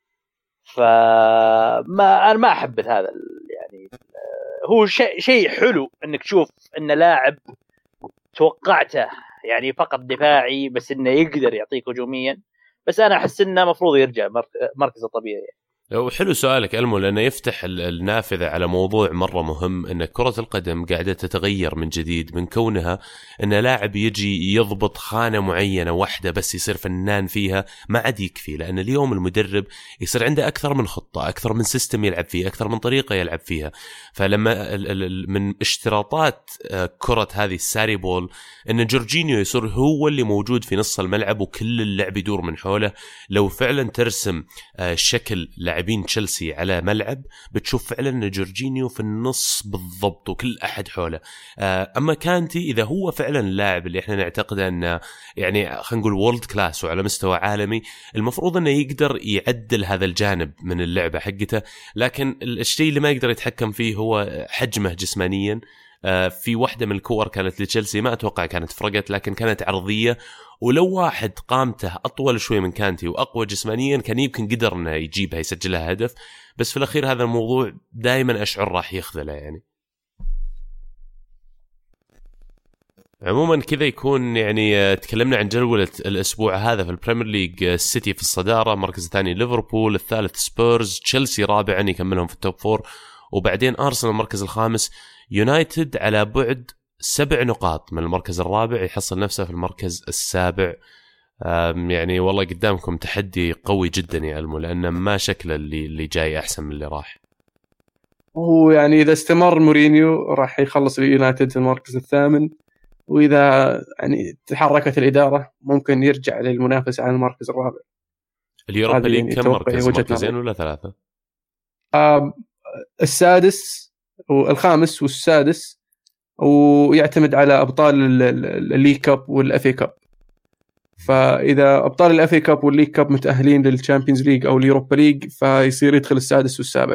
فما أنا ما أحب هذا يعني. هو شيء شيء حلو انك تشوف ان لاعب توقعته يعني فقط دفاعي بس انه يقدر يعطيك هجوميا، بس انا احس انه مفروض يرجع مركزه الطبيعي. وحلو سؤالك ألمو، لأنه يفتح النافذة على موضوع مرة مهم، أن كرة القدم قاعدة تتغير من جديد، من كونها أن لاعب يجي يضبط خانة معينة واحدة بس يصير فنان فيها ما عاد يكفي، لأن اليوم المدرب يصير عنده أكثر من خطة، أكثر من سيستم يلعب فيه، أكثر من طريقة يلعب فيها. فلما من اشتراطات كرة هذه الساري بول أن جورجينيو يصير هو اللي موجود في نص الملعب وكل اللعب يدور من حوله. لو فعلا ترسم شكل لاعبين تشيلسي على ملعب بتشوف فعلا ان جورجينيو في النص بالضبط وكل احد حوله. اما كانتي اذا هو فعلا اللاعب اللي احنا نعتقده انه يعني خلينا نقول وورلد كلاس وعلى مستوى عالمي، المفروض انه يقدر يعدل هذا الجانب من اللعبه حقته. لكن الشيء اللي ما يقدر يتحكم فيه هو حجمه جسمانيا. في واحدة من الكور كانت لتشيلسي ما أتوقع كانت فرقت، لكن كانت عرضية، ولو واحد قامته أطول شوي من كانتي وأقوى جسمانيا كان يمكن قدر أنه يجيبها يسجلها هدف. بس في الأخير هذا الموضوع دائما أشعر راح يخذله يعني. عموما كذا يكون يعني تكلمنا عن جدولة الأسبوع هذا في البريمير ليج. السيتي في الصدارة، مركز الثاني ليفربول، الثالث سبيرز، تشيلسي رابعا يكملهم في التوب فور، وبعدين أرسنال المركز الخامس، يونايتد على بعد سبع نقاط من المركز الرابع يحصل نفسه في المركز السابع. يعني والله قدامكم تحدي قوي جدا يا ألمو، لأنه ما شكله اللي اللي جاي أحسن من اللي راح. هو يعني إذا استمر مورينيو راح يخلص اليونايتد في المركز الثامن، وإذا يعني تحركت الإدارة ممكن يرجع للمنافسة على المركز الرابع. اليوروبا ليج كم مركز؟ مركزين ولا ثلاثة؟ آه السادس والخامس والسادس، ويعتمد على أبطال الليج كاب والأفي كاب. فإذا أبطال الأفي كاب والليج كاب متأهلين للشامبيونز ليج أو اليوروبا ليج فيصير يدخل السادس والسابع.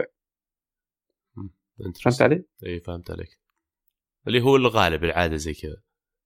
فهمت علي؟ إيه فهمت عليك. اللي هو الغالب العادة زي كذا.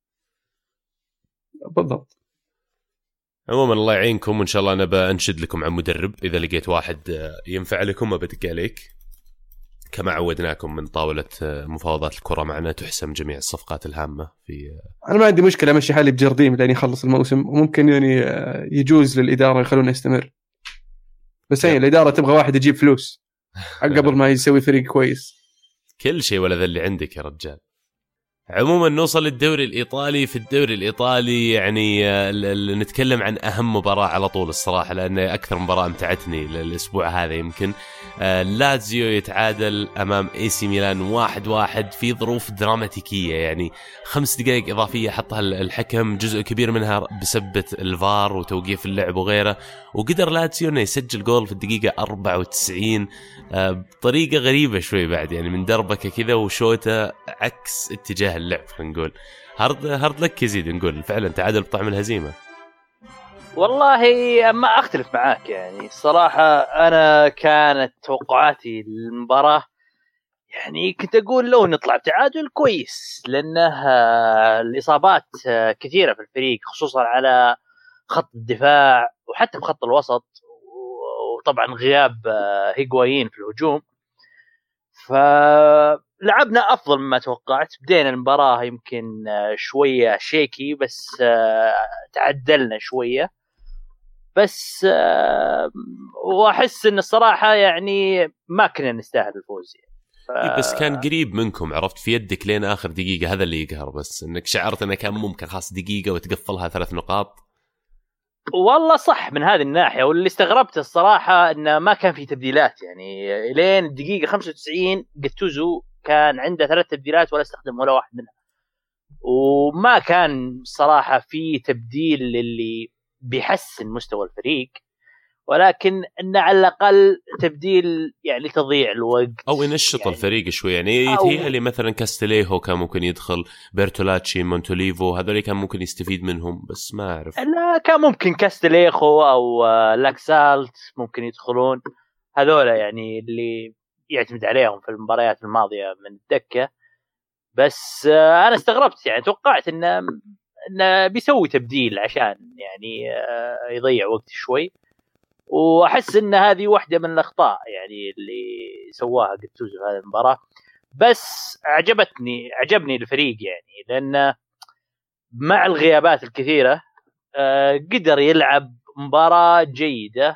بالضبط. عموما الله يعينكم، وإن شاء الله أنا بأنشد لكم عن مدرب إذا لقيت واحد ينفع لكم ما بدق عليك، كما عودناكم من طاولة مفاوضات الكرة معنا تحسم جميع الصفقات الهامة في. أنا ما عندي مشكلة أمشي حالي بجرديم لين يخلص الموسم، وممكن يعني يجوز للإدارة يخلونا يستمر، بس هي الإدارة تبغى واحد يجيب فلوس قبل ما يسوي فريق كويس. كل شيء ولا ذا اللي عندك يا رجال. عموما نوصل للدوري الإيطالي. في الدوري الإيطالي يعني نتكلم عن أهم مباراة على طول الصراحة، لأن أكثر مباراة امتعتني للأسبوع هذا يمكن. لازيو يتعادل أمام إي سي ميلان واحد واحد في ظروف دراماتيكية، يعني خمس دقائق إضافية حطها الحكم، جزء كبير منها بسبة الفار وتوقيف اللعب وغيره، وقدر لازيو أنه يسجل جول في الدقيقة أربعة وتسعين بطريقة غريبة شوي بعد، يعني من دربكة كذا وشوته عكس اتجاه اللعب. خلينا نقول هارد هارد لك يزيد، نقول فعلا تعادل بطعم الهزيمة. والله ما أختلف معاك، يعني الصراحة أنا كانت توقعاتي للمباراة يعني كنت أقول لو نطلع تعادل كويس، لأنه الإصابات كثيرة في الفريق خصوصا على خط الدفاع وحتى بخط الوسط، وطبعا غياب هيغوايين في الهجوم، فلعبنا أفضل مما توقعت. بدينا المباراة يمكن شوية شيكي بس تعدلنا شوية بس، وأحس إن الصراحة يعني ما كنا نستاهل الفوز يعني. ف... بس كان قريب منكم، عرفت في يدك لين آخر دقيقة، هذا اللي يقهر، بس إنك شعرت إنه كان ممكن خاص دقيقة وتقفلها ثلاث نقاط. والله صح من هذه الناحية، واللي استغربت الصراحة إنه ما كان في تبديلات، يعني لين الدقيقة خمسة وتسعين جاتوزو كان عنده ثلاث تبديلات ولا استخدم ولا واحد منها، وما كان صراحة في تبديل اللي بيحسن مستوى الفريق، ولكن إن على الأقل تبديل يعني تضيع الوقت أو ينشط يعني الفريق شوي. يعني يتهيألي مثلا كاستليهو كان ممكن يدخل، بيرتولاتشي، مونتوليفو، هذول كان ممكن يستفيد منهم، بس ما أعرف. لا كان ممكن كاستليهو أو لاكسالت ممكن يدخلون، هذول يعني اللي يعتمد عليهم في المباريات الماضية من الدكة. بس أنا استغربت، يعني توقعت إنه إنه بيسوي تبديل عشان يعني يضيع وقت شوي، وأحس إن هذه واحدة من الأخطاء يعني اللي سواها جاتوزو في هذه المباراة. بس عجبتني عجبني الفريق يعني، لأن مع الغيابات الكثيرة قدر يلعب مباراة جيدة،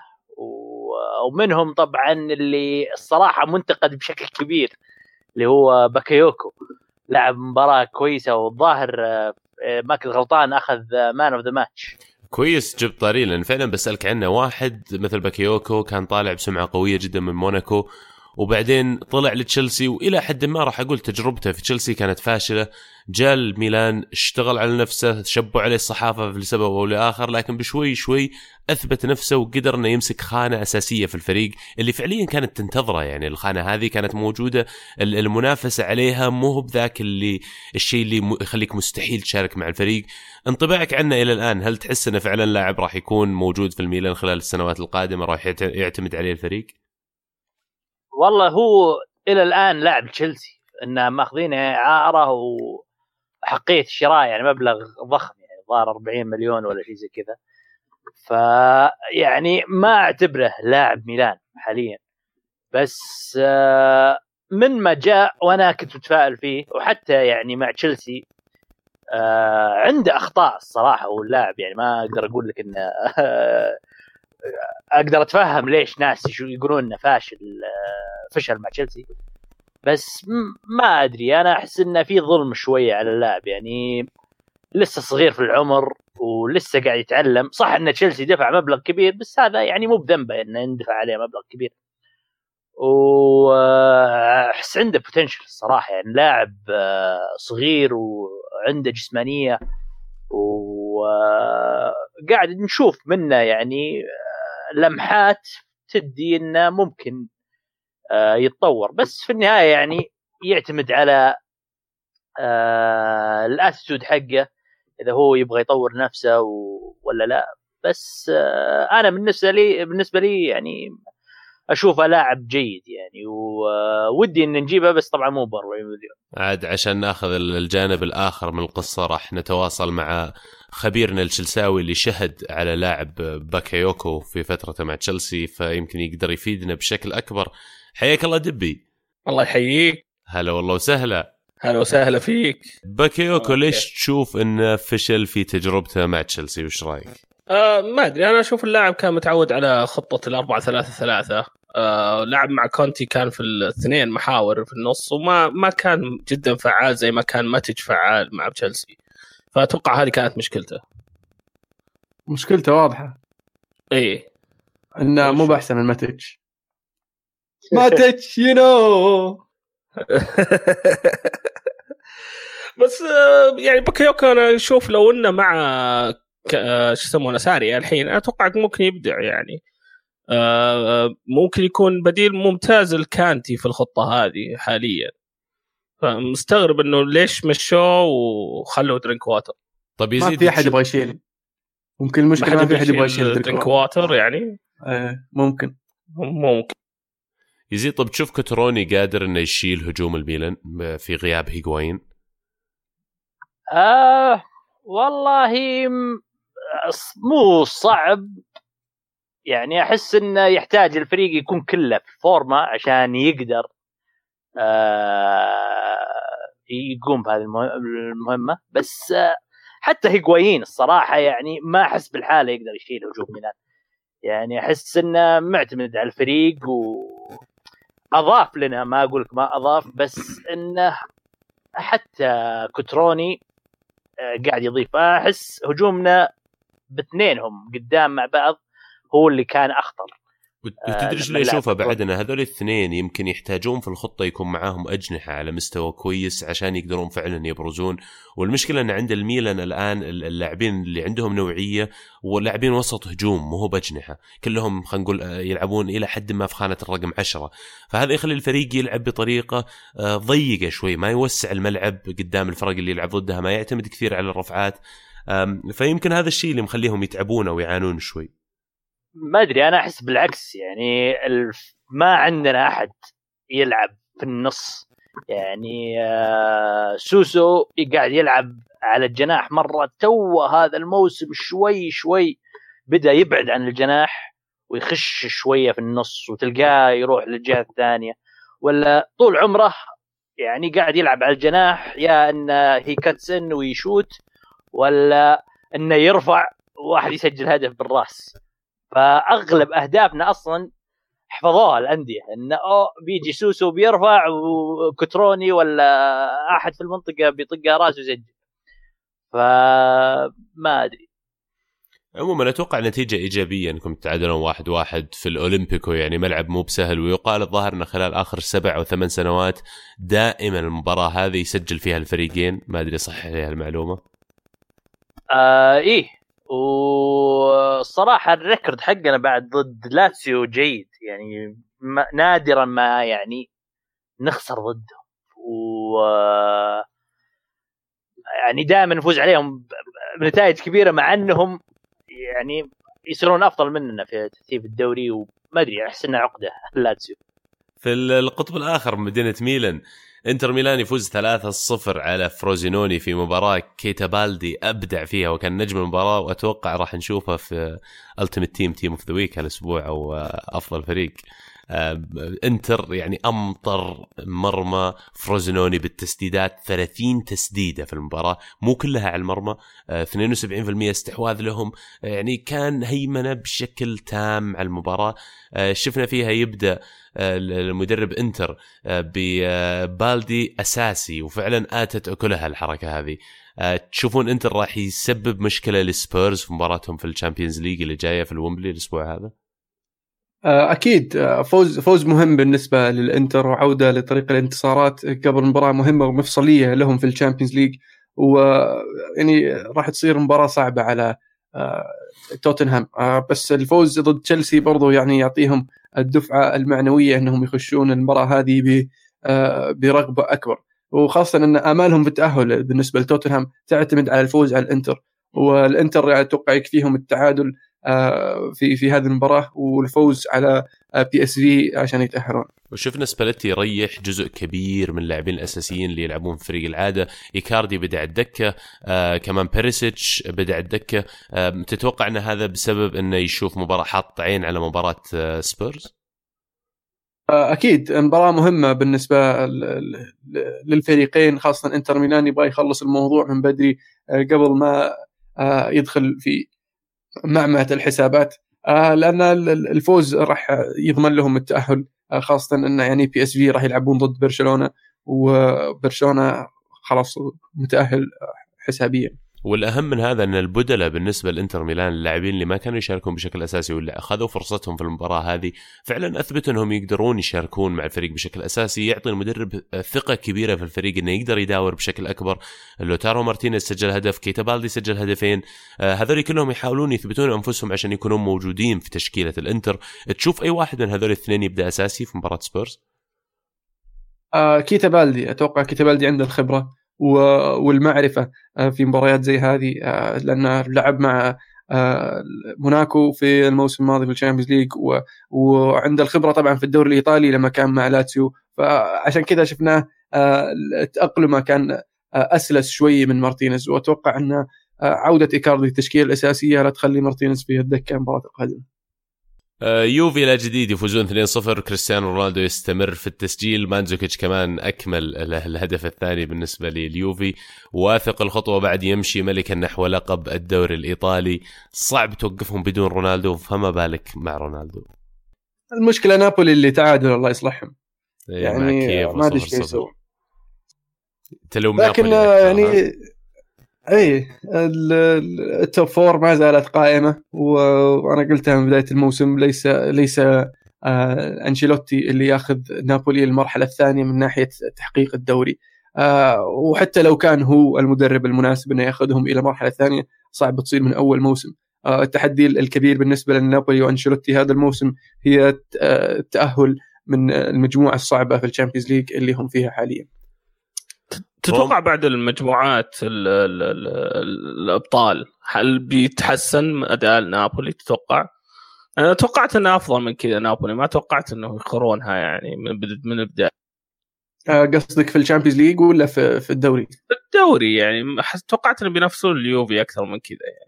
ومنهم طبعا اللي الصراحة منتقد بشكل كبير اللي هو باكايوكو، لعب مباراة كويسة، والظاهر ما كنت غلطان أخذ مان اوف ذا ماتش. كويس جبت طاري، لأن فعلا بسألك عنه واحد مثل باكايوكو كان طالع بسمعة قوية جدا من موناكو، وبعدين طلع لتشيلسي، وإلى حد ما راح أقول تجربته في تشيلسي كانت فاشلة. جاء الميلان اشتغل على نفسه، تشبوا عليه الصحافة لسبب أو لآخر، لكن بشوي شوي أثبت نفسه وقدر أنه يمسك خانة أساسية في الفريق اللي فعليا كانت تنتظره. يعني الخانة هذه كانت موجودة، المنافسة عليها مو هو بذاك اللي الشيء اللي يخليك مستحيل تشارك مع الفريق. انطباعك عنه إلى الآن، هل تحس أنه فعلا لاعب راح يكون موجود في الميلان خلال السنوات القادمة، راح يعتمد عليه الفريق؟ والله هو إلى الآن لاعب تشيلسي، إنه ماخذينه إعارة وحقية الشراء يعني مبلغ ضخم، يعني ضار أربعين مليون ولا شيء زي كذا، فيعني ما أعتبره لاعب ميلان حاليا. بس من ما جاء وأنا كنت متفائل فيه، وحتى يعني مع تشيلسي عنده أخطاء الصراحة، واللاعب يعني ما أقدر أقول لك إنه أقدر أتفهم ليش ناس شو يقولون إنه فاشل فشل مع تشيلسي، بس ما أدري، أنا أحس إنه في ظلم شوية على اللاعب، يعني لسه صغير في العمر ولسه قاعد يتعلم. صح إن تشيلسي دفع مبلغ كبير، بس هذا يعني مو بذنبه إنه يندفع عليه مبلغ كبير، وأحس عنده بوتنشل الصراحة، يعني لاعب صغير وعنده جسمانية، وقاعد نشوف منه يعني لمحات تدي انه ممكن آه يتطور، بس في النهايه يعني يعتمد على آه الاتيتود حقه اذا هو يبغى يطور نفسه ولا لا. بس آه انا بالنسبه لي بالنسبه لي يعني اشوفه لاعب جيد يعني، وودي ان نجيبه، بس طبعا مو ب أربعين مليون. عاد عشان ناخذ الجانب الاخر من القصه راح نتواصل مع خبيرنا التشلساوي اللي شهد على لاعب باكايوكو في فترته مع تشيلسي، فيمكن يقدر يفيدنا بشكل اكبر. حياك الله دبي. الله يحييك. هلا والله وسهلا. هلا وسهلا فيك. باكايوكو أوكي. ليش تشوف انه فشل في تجربته مع تشيلسي؟ وش رايك؟ آه ما ادري، انا اشوف اللاعب كان متعود على خطه الأربعة ثلاثة ثلاثة. آه لعب مع كونتي كان في الاثنين محاور في النص، وما ما كان جدا فعال زي ما كان ماتج فعال مع تشيلسي، فاتوقع هذه كانت مشكلته. مشكلته واضحه ايه انه مو باحسن من ماتج. ماتج يو نو. بس يعني باكايوكو انا اشوف لو انه مع شو يسمونه ساري الحين اتوقع ممكن يبدع يعني. ممكن يكون بديل ممتاز لكانتي في الخطه هذه حاليا، فمستغرب انه ليش مشوه وخلوا درينك واتر. طب يزيد ما في احد يبغى يشيل، ممكن المشكله ما في احد يبغى يشيل درينك واتر يعني. آه ممكن ممكن يزيد. طب تشوف كوتروني قادر انه يشيل هجوم الميلان في غياب هيغوايين؟ آه والله مو صعب يعني، أحس إنه يحتاج الفريق يكون كله في فورمة عشان يقدر آه يقوم بهذه المهمة. بس آه حتى هيغوايين الصراحة يعني ما أحس بالحالة يقدر يشيل هجوم ميلان يعني. أحس إنه معتمد على الفريق وأضاف لنا، ما أقولك ما أضاف، بس إنه حتى كوتروني قاعد يضيف. أحس هجومنا باثنينهم قدام مع بعض هو اللي كان أخطر. وتدري شو اللي أشوفه بعد أن هذول الاثنين يمكن يحتاجون في الخطة يكون معاهم أجنحة على مستوى كويس عشان يقدرون فعلا يبرزون. والمشكلة أن عند الميلان الآن اللاعبين اللي عندهم نوعية ولاعبين وسط هجوم مو بأجنحة، كلهم خلينا نقول يلعبون إلى حد ما في خانة الرقم عشرة، فهذا يخلي الفريق يلعب بطريقة ضيقة شوي، ما يوسع الملعب قدام الفرق اللي يلعب ضدها، ما يعتمد كثير على الرفعات. فيمكن هذا الشيء اللي مخليهم يتعبون ويعانون شوي. ما أدري، أنا أحس بالعكس يعني ما عندنا أحد يلعب في النص يعني. سوسو قاعد يلعب على الجناح مرة، تو هذا الموسم شوي شوي بدأ يبعد عن الجناح ويخش شوية في النص وتلقاه يروح للجهة الثانية، ولا طول عمره يعني قاعد يلعب على الجناح، يا أنه هي كاتسن ويشوت ولا أنه يرفع واحد يسجل هدف بالراس. فأغلب أهدافنا أصلا حفظوها الأندية إنه أو بيجي سوسو بيرفع وكتروني ولا أحد في المنطقة بيطقها راسه يسجل. فما أدري. عموما أتوقع نتيجة إيجابية أنكم تعادلون واحد واحد في الأولمبيكو، يعني ملعب مو بسهل، ويقال الظاهر أن خلال آخر سبع أو ثمان سنوات دائما المباراة هذه يسجل فيها الفريقين. ما أدري صح هي المعلومة؟ آه إيه، والصراحة الريكورد حقنا بعد ضد لاتسيو جيد يعني، ما نادرا ما يعني نخسر ضدهم، و يعني دائما نفوز عليهم بنتائج كبيرة، مع أنهم يعني يصيرون أفضل مننا في ترتيب الدوري. وما أدري، أحس إنها عقدة لاتسيو. في القطب الآخر مدينة ميلان، انتر ميلان يفوز ثلاثة صفر على فروزينوني في مباراة كيتا بالدي أبدع فيها وكان نجم المباراة، وأتوقع راح نشوفها في Ultimate Team Team of the Week هالأسبوع أو أفضل فريق. انتر يعني أمطر مرمى فروزينوني بالتسديدات، ثلاثين تسديدة في المباراة، مو كلها على المرمى، اثنين وسبعين بالمئة استحواذ لهم، يعني كان هيمنة بشكل تام على المباراة. شفنا فيها يبدأ المدرب انتر ببالدي أساسي وفعلا آتت أكلها الحركة هذه. تشوفون انتر راح يسبب مشكلة للسبيرز في مباراتهم في الشامبيونز ليج اللي جاية في الومبلي الأسبوع هذا؟ أكيد فوز فوز مهم بالنسبة للإنتر، وعودة لطريق الانتصارات قبل مباراة مهمة ومفصلية لهم في الشامبيونز ليج، ويعني راح تصير مباراة صعبة على توتنهام. بس الفوز ضد تشيلسي برضو يعني يعطيهم الدفعة المعنوية أنهم يخشون المباراة هذه برغبة أكبر، وخاصة أن آمالهم بالتأهل بالنسبة لتوتنهام تعتمد على الفوز على الإنتر، والإنتر يعني أتوقع يكفيهم التعادل في في هذه المباراة والفوز على بي اس في عشان يتأهلون. وشفنا سباليتي يريح جزء كبير من اللاعبين الأساسيين اللي يلعبون في فريق العادة. إيكاردي بدأ الدكة، آه كمان بيريسيتش بدأ الدكة. آه تتوقع أن هذا بسبب أنه يشوف مباراة حاط عين على مباراة آه سبيرز؟ أكيد مباراة مهمة بالنسبة للفريقين، خاصة إنتر ميلان يبغى يخلص الموضوع من بدري قبل ما يدخل في معمعة الحسابات، لأن الفوز راح يضمن لهم التأهل، خاصة أن يعني بي اس في راح يلعبون ضد برشلونة، وبرشلونة خلاص متأهل حسابيا. والأهم من هذا أن البدلة بالنسبة لإنتر ميلان اللاعبين اللي ما كانوا يشاركون بشكل أساسي واللي أخذوا فرصتهم في المباراة هذه فعلا أثبتوا أنهم يقدرون يشاركون مع الفريق بشكل أساسي. يعطي المدرب ثقة كبيرة في الفريق أنه يقدر يداور بشكل أكبر. لوتارو مارتينيز سجل هدف، كيتا بالدي سجل هدفين، آه هذول كلهم يحاولون يثبتون أنفسهم عشان يكونون موجودين في تشكيلة الإنتر. تشوف أي واحد من هذول الاثنين يبدأ أساسي في مباراة سبيرز؟ آه كيتا بالدي، أتوقع كيتا بالدي عنده الخبرة والمعرفة في مباريات زي هذه، لأنه لعب مع موناكو في الموسم الماضي في الشامبيونز ليج، وعنده الخبرة طبعا في الدوري الإيطالي لما كان مع لاتسيو، فعشان كذا شفناه تأقلمه كان أسلس شوي من مارتينيز. وأتوقع أن عودة إيكاردي التشكيلة الأساسية لا تخلي مارتينيز في الدكة مباراة القادمة. يوفي لا جديد يفوزون اثنين صفر، كريستيانو رونالدو يستمر في التسجيل، مانزوكيتش كمان أكمل الهدف الثاني بالنسبة لليوفي، واثق الخطوة بعد يمشي ملكا نحو لقب الدوري الإيطالي. صعب توقفهم بدون رونالدو، فما بالك مع رونالدو. المشكلة نابولي اللي تعادل الله يصلحهم، يعني ما أدري إيش يسوي. لكن يعني اي التوب فور ما زالت قائمه، وانا قلتها من بدايه الموسم، ليس ليس آه أنشيلوتي اللي ياخذ نابولي المرحله الثانيه من ناحيه تحقيق الدوري، آه وحتى لو كان هو المدرب المناسب انه ياخذهم الى المرحله الثانيه صعب تصير من اول موسم. آه التحدي الكبير بالنسبه لنابولي وأنشيلوتي هذا الموسم هي التاهل من المجموعه الصعبه في الشامبيونز ليج اللي هم فيها حاليا. تتوقع بعد المجموعات ال ال ال الأبطال هل بيتحسن أداء نابولي؟ تتوقع؟ أنا توقعت أنه أفضل من كذا نابولي، ما توقعت أنه يخرونها يعني من من البداية. قصدك في الشامبيونز ليج ولا في في الدوري؟ في الدوري يعني توقعت أنه بينافسون اليوفي أكثر من كذا يعني.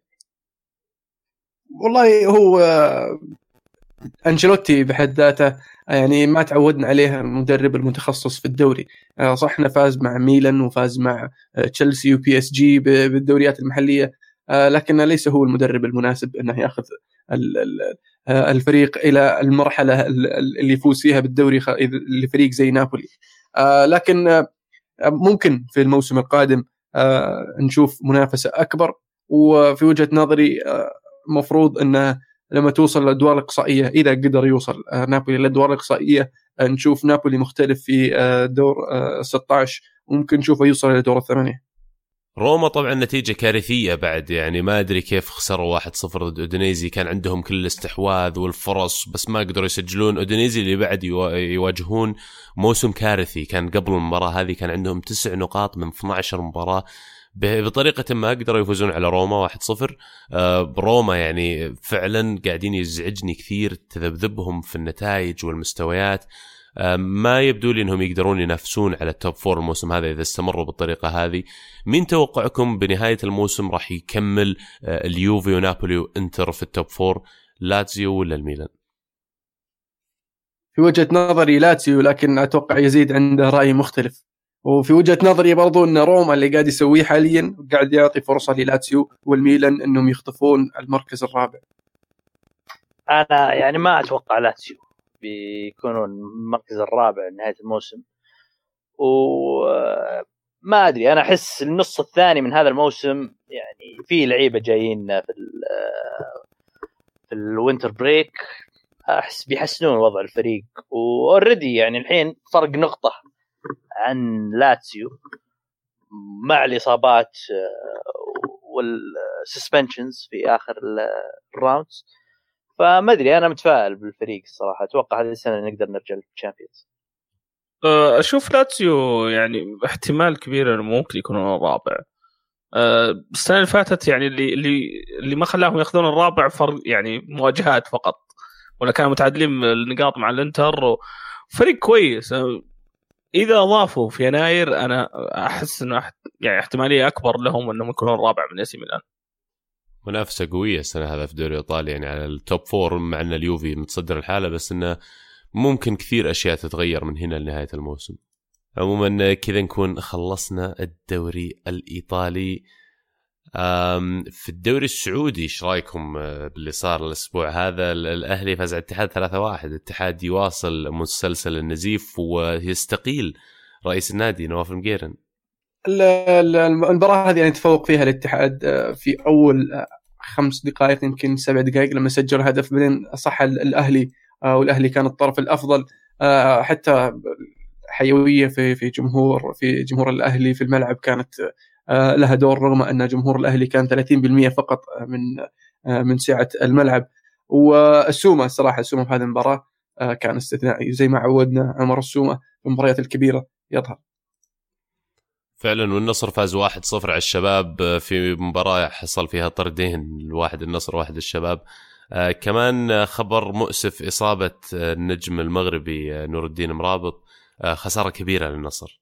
والله هو أنشيلوتي بحد ذاته يعني ما تعودنا عليه المدرب المتخصص في الدوري. صح إنه فاز مع ميلان وفاز مع تشيلسي وبي اس جي بالدوريات المحلية، لكن ليس هو المدرب المناسب أنه يأخذ الفريق إلى المرحلة اللي يفوز فيها بالدوري لفريق زي نابولي. لكن ممكن في الموسم القادم نشوف منافسة أكبر، وفي وجهة نظري مفروض أنه لما توصل للأدوار الإقصائية، إذا قدر يوصل نابولي للأدوار الإقصائية، نشوف نابولي مختلف في دور ستة عشر، وممكن نشوفه يوصل إلى دور الثمانية. روما طبعا نتيجة كارثية بعد، يعني ما أدري كيف خسروا واحد صفر ضد أودينيزي، كان عندهم كل الاستحواذ والفرص بس ما قدروا يسجلون. أودينيزي اللي بعد يواجهون موسم كارثي، كان قبل المباراة هذه كان عندهم تسع نقاط من اثنا عشر مباراة، بطريقة ما قدروا يفوزون على روما واحد صفر. آه روما يعني فعلا قاعدين يزعجني كثير تذبذبهم في النتائج والمستويات، آه ما يبدو لي أنهم يقدرون ينافسون على التوب فور الموسم هذا إذا استمروا بالطريقة هذه. مين توقعكم بنهاية الموسم راح يكمل آه اليوفي ونابولي وإنتر في التوب فور، لاتزيو ولا الميلان؟ في وجهة نظري لاتزيو، لكن أتوقع يزيد عنده رأي مختلف. وفي وجهة نظري برضو أن روما اللي قاعد يسويه حاليا قاعد يعطي فرصة للاتسيو والميلان أنهم يخطفون المركز الرابع. أنا يعني ما أتوقع لاتسيو بيكونون المركز الرابع نهاية الموسم، وما أدري، أنا أحس النص الثاني من هذا الموسم يعني في لعيبة جايين في في الوينتر بريك، أحس بيحسنون وضع الفريق، وأوريدي يعني الحين فرق نقطة عن لاتسيو مع الإصابات سسبنشنز في اخر الراوندز. فما ادري انا متفائل بالفريق الصراحه. اتوقع هذه السنه نقدر نرجع للتشامبيونز. اشوف لاتسيو يعني احتمال كبير انه ممكن يكونوا الرابع. السنه اللي فاتت يعني اللي اللي اللي ما خلاهم ياخذون الرابع فرق يعني مواجهات فقط، ولا كانوا متعادلين النقاط مع الانتر. فريق كويس. اذا اضافوا في يناير انا احس انه يعني احتماليه اكبر لهم انهم يكونوا الرابع من اسي ميلان. منافسه قويه السنه هذا في دوري ايطاليا يعني على التوب فور، مع ان اليوفي متصدر الحاله، بس انه ممكن كثير اشياء تتغير من هنا لنهايه الموسم. عموما كذا نكون خلصنا الدوري الايطالي. في الدوري السعودي ايش رايكم باللي صار الاسبوع هذا؟ الاهلي فاز على الاتحاد ثلاثة واحد. الاتحاد يواصل مسلسل النزيف ويستقيل رئيس النادي نواف المقيرن. المباراة هذه يعني تفوق فيها الاتحاد في أول خمس دقائق يمكن سبع دقائق لما سجل هدف، بعدين صح الأهلي والأهلي كان الطرف الأفضل. حتى حيوية في في جمهور في جمهور الأهلي في الملعب كانت لها دور، رغم أن جمهور الأهلي كان ثلاثين بالمئة فقط من من سعة الملعب. والسومة الصراحة السومة في هذه المباراة كان استثنائي زي ما عودنا عمر السومة في المباريات الكبيرة يظهر فعلا. والنصر فاز واحد صفر على الشباب في مباراة حصل فيها طردين، الواحد النصر واحد الشباب. آه كمان خبر مؤسف، إصابة النجم المغربي نور الدين مرابط، آه خسارة كبيرة للنصر.